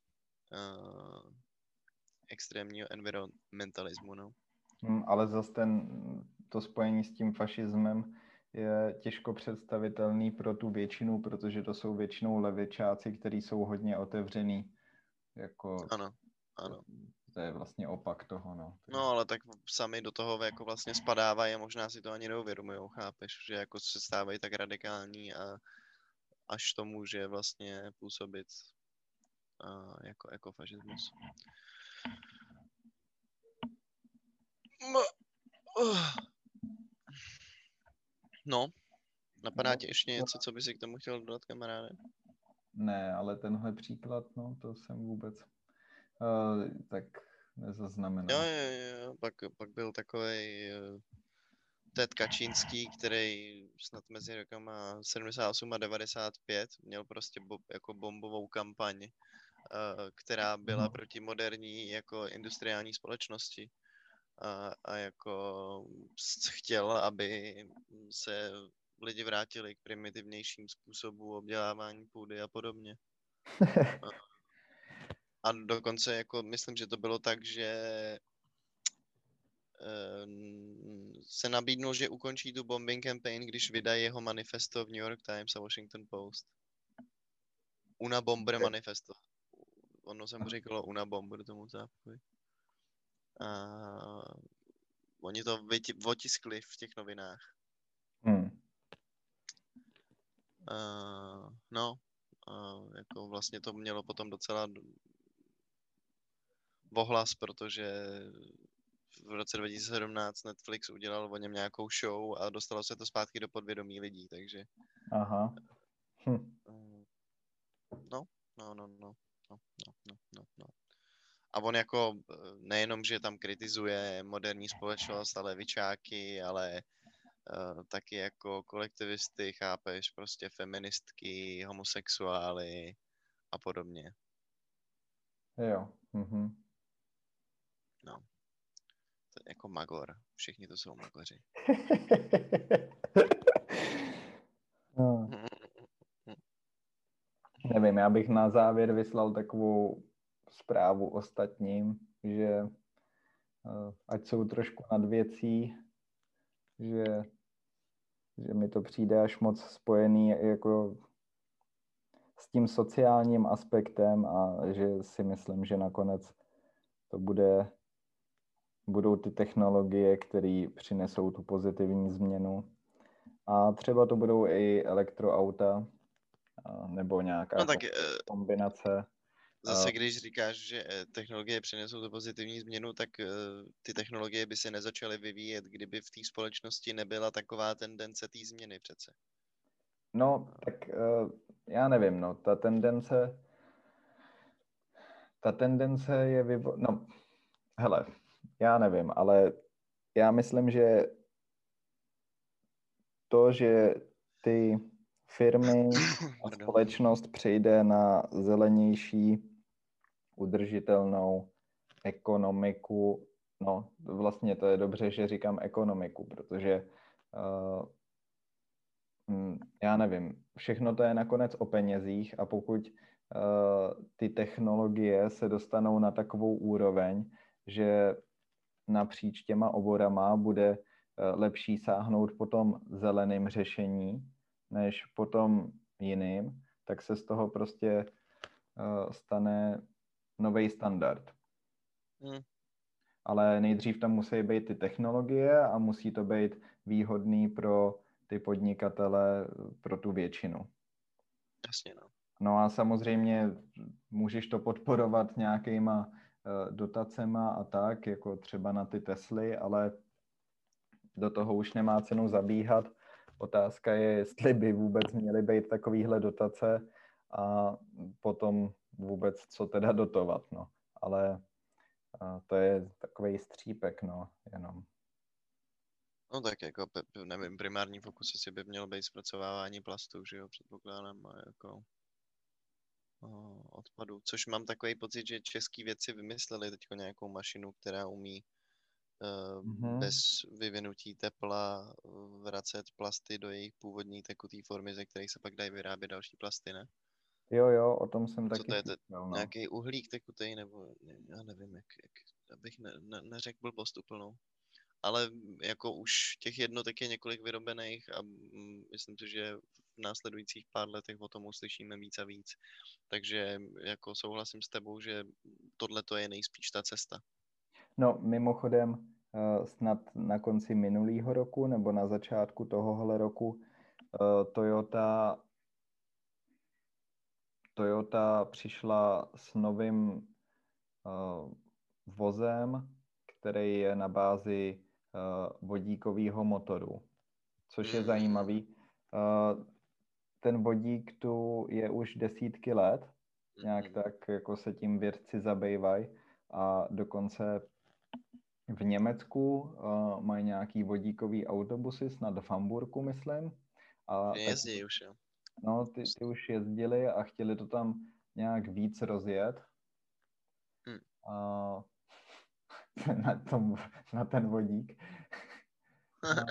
extrémního environmentalismu. No. Hmm, ale zase ten, to spojení s tím fašismem je těžko představitelný pro tu většinu, protože to jsou většinou levičáci, kteří jsou hodně otevřený. Jako, ano, ano. To je vlastně opak toho, no. No, ale tak sami do toho jako vlastně spadávají a možná si to ani neuvědomujou, chápeš, že jako se stávají tak radikální a až to může vlastně působit a, jako, jako fašismus. No, napadá tě ještě něco, co by si k tomu chtěl dodat, kamaráde? Ne, ale tenhle příklad, no, to jsem vůbec uh, tak nezaznamenal. Jo, jo, jo, pak, pak byl takovej uh, Ted Kačínský, který snad mezi rokama sedmdesát osm a devadesát pět měl prostě bo, jako bombovou kampaň, uh, která byla hmm. proti moderní jako industriální společnosti. A, a jako chtěl, aby se lidi vrátili k primitivnějším způsobu obdělávání půdy a podobně. A, a dokonce jako myslím, že to bylo tak, že se nabídnul, že ukončí tu bombing campaign, když vydají jeho manifesto v New York Times a Washington Post. Una Bomber manifesto. Ono se mu říkalo Una Bomber tomu zápoji. A oni to vyti- otiskli v těch novinách. Hmm. Uh, no, uh, jako vlastně to mělo potom docela ohlas, protože v roce dva tisíce sedmnáct Netflix udělal o něm nějakou show a dostalo se to zpátky do podvědomí lidí, takže... Aha. Hm. Uh, no, no, no, no, no, no, no, no, no. A on jako nejenom, že tam kritizuje moderní společnost a levičáky, ale uh, taky jako kolektivisty, chápeš, prostě feministky, homosexuály a podobně. Jo. Mhm. No. To je jako magor. Všichni to jsou magoři. no. Nevím, já bych na závěr vyslal takovou zprávu ostatním, že uh, ať jsou trošku nad věcí, že, že mi to přijde až moc spojený jako s tím sociálním aspektem a že si myslím, že nakonec to bude budou ty technologie, které přinesou tu pozitivní změnu. A třeba to budou i elektroauta, nebo nějaká No tak kombinace. zase, když říkáš, že technologie přinesou tu pozitivní změnu, tak ty technologie by se nezačaly vyvíjet, kdyby v té společnosti nebyla taková tendence té změny přece. No, tak já nevím, no, ta tendence, ta tendence je, vyvo... no, hele, já nevím, ale já myslím, že to, že ty firmy a společnost přejde na zelenější, udržitelnou ekonomiku, no vlastně to je dobře, že říkám ekonomiku, protože uh, já nevím, všechno to je nakonec o penězích a pokud uh, ty technologie se dostanou na takovou úroveň, že napříč těma oborama bude uh, lepší sáhnout po tom zeleným řešení, než po tom jiným, tak se z toho prostě uh, stane nový standard. Hmm. Ale nejdřív tam musí být ty technologie a musí to být výhodný pro ty podnikatele, pro tu většinu. Jasně, no. No a samozřejmě můžeš to podporovat nějakýma uh, dotacema a tak, jako třeba na ty Tesly, ale do toho už nemá cenu zabíhat. Otázka je, jestli by vůbec měly být takovýhle dotace a potom vůbec co teda dotovat, no. Ale uh, to je takovej střípek, no, jenom. No tak jako, nevím, primární fokus asi by měl být zpracovávání plastů, že jo, předpokládám, a jako o, odpadu. Což mám takový pocit, že český vědci vymysleli teďko nějakou mašinu, která umí uh, mm-hmm. bez vyvinutí tepla vracet plasty do jejich původní tekutý formy, ze kterých se pak dají vyrábět další plasty, ne? Jo, jo, o tom jsem Co taky to je, te, no. nějaký uhlík tekutý, nebo já nevím, jak, jak abych ne, ne, neřekl blbost úplnou. Ale jako už těch jednotek je několik vyrobených a myslím si, že v následujících pár letech o tom uslyšíme víc a víc. Takže jako souhlasím s tebou, že tohle to je nejspíš ta cesta. No mimochodem snad na konci minulého roku nebo na začátku tohohle roku Toyota Toyota přišla s novým vozem, který je na bázi vodíkového motoru, což je zajímavý. Ten vodík tu je už desítky let, nějak tak jako se tím vědci zabývají a dokonce v Německu mají nějaký vodíkový autobusy, snad v Hamburku, myslím. A jezdí tak, už, jo. No, ty, ty už jezdili a chtěli to tam nějak víc rozjet. Hmm. A na, tom, na ten vodík. No,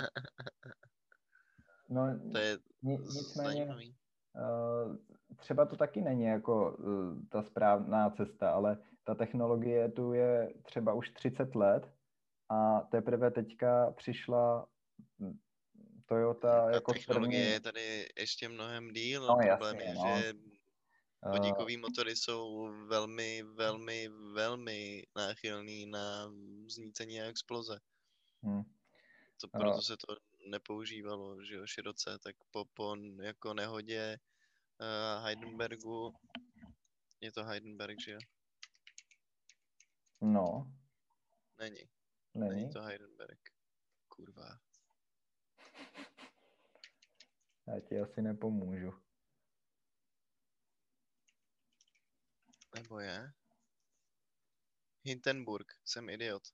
no to je nicméně, zajímavý. Uh, třeba to taky není jako uh, ta správná cesta, ale ta technologie tu je třeba už třicet let a teprve teďka přišla Toyota a jako technologie první. je tady ještě mnohem díl. No, Problém jasně, je, no. že vodíkový motory jsou velmi, velmi, velmi náchylný na vznícení a exploze. Hmm. To proto se to nepoužívalo, že jo, široce, tak po, po jako nehodě uh, Heidenbergu, je to Heidenberg, že jo? No. Není. Není. Není to Heidenberg. Kurva. Já ti asi nepomůžu. Nebo je? Hindenburg, jsem idiot.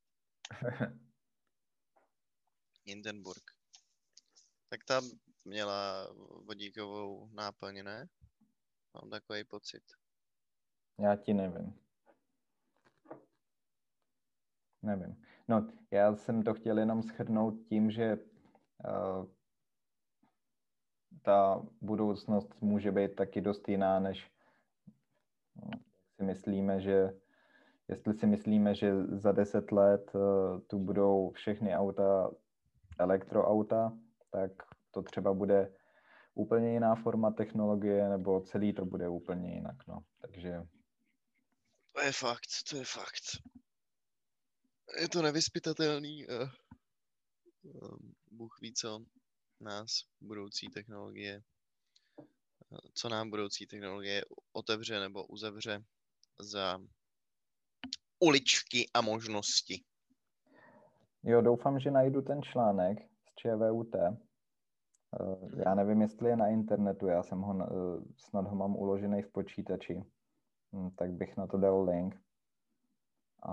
Hindenburg. Tak ta měla vodíkovou náplň, ne? Mám takový pocit. Já ti nevím. Nevím. No, já jsem to chtěl jenom shrnout tím, že uh, ta budoucnost může být taky dost jiná, než uh, si myslíme, že jestli si myslíme, že za deset let uh, tu budou všechny auta elektroauta, tak to třeba bude úplně jiná forma technologie, nebo celý to bude úplně jinak, no. Takže... To je fakt, to je fakt. je to nevyzpytatelný. Uh, um, Bůh ví, co nás budoucí technologie, uh, co nám budoucí technologie otevře nebo uzavře za uličky a možnosti. Jo, doufám, že najdu ten článek z ČVUT. Uh, já nevím, jestli je na internetu, já jsem ho, uh, snad ho mám uložený v počítači, hmm, tak bych na to dal link. A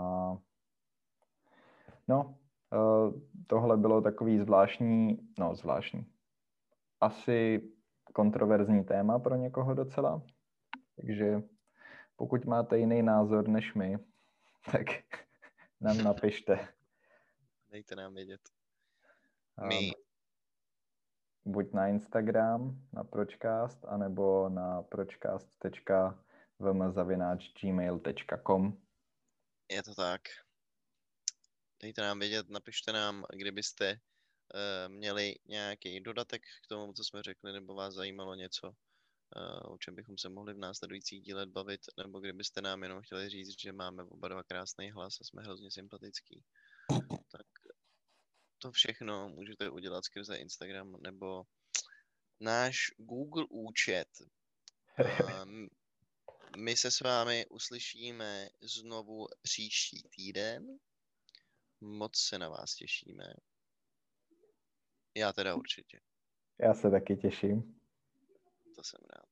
no, uh, tohle bylo takový zvláštní, no zvláštní, asi kontroverzní téma pro někoho docela, takže pokud máte jiný názor než my, tak nám napište. Dejte nám vědět. My... Um, buď na Instagram, na Pročcast, anebo na pročcast tečka v m zavináč gmail tečka com. Je to tak. Dejte nám vědět, napište nám, kdybyste uh, měli nějaký dodatek k tomu, co jsme řekli, nebo vás zajímalo něco, uh, o čem bychom se mohli v následujících dílech bavit, nebo kdybyste nám jenom chtěli říct, že máme oba dva krásný hlas a jsme hrozně sympatický. Tak to všechno můžete udělat skrze Instagram nebo náš Google účet. Um, my se s vámi uslyšíme znovu příští týden. Moc se na vás těšíme. Já teda určitě. Já se taky těším. To jsem rád.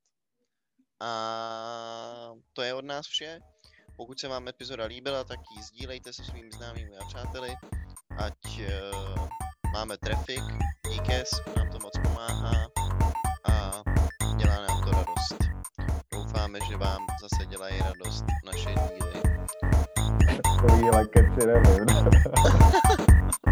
A to je od nás vše. Pokud se vám epizoda líbila, tak ji sdílejte se svými známými a přáteli. Ať uh, máme trafik, díkes, nám to moc pomáhá a dělá nám to radost. Doufáme, že vám zase dělají radost naše díly. To jí lekeci nevím.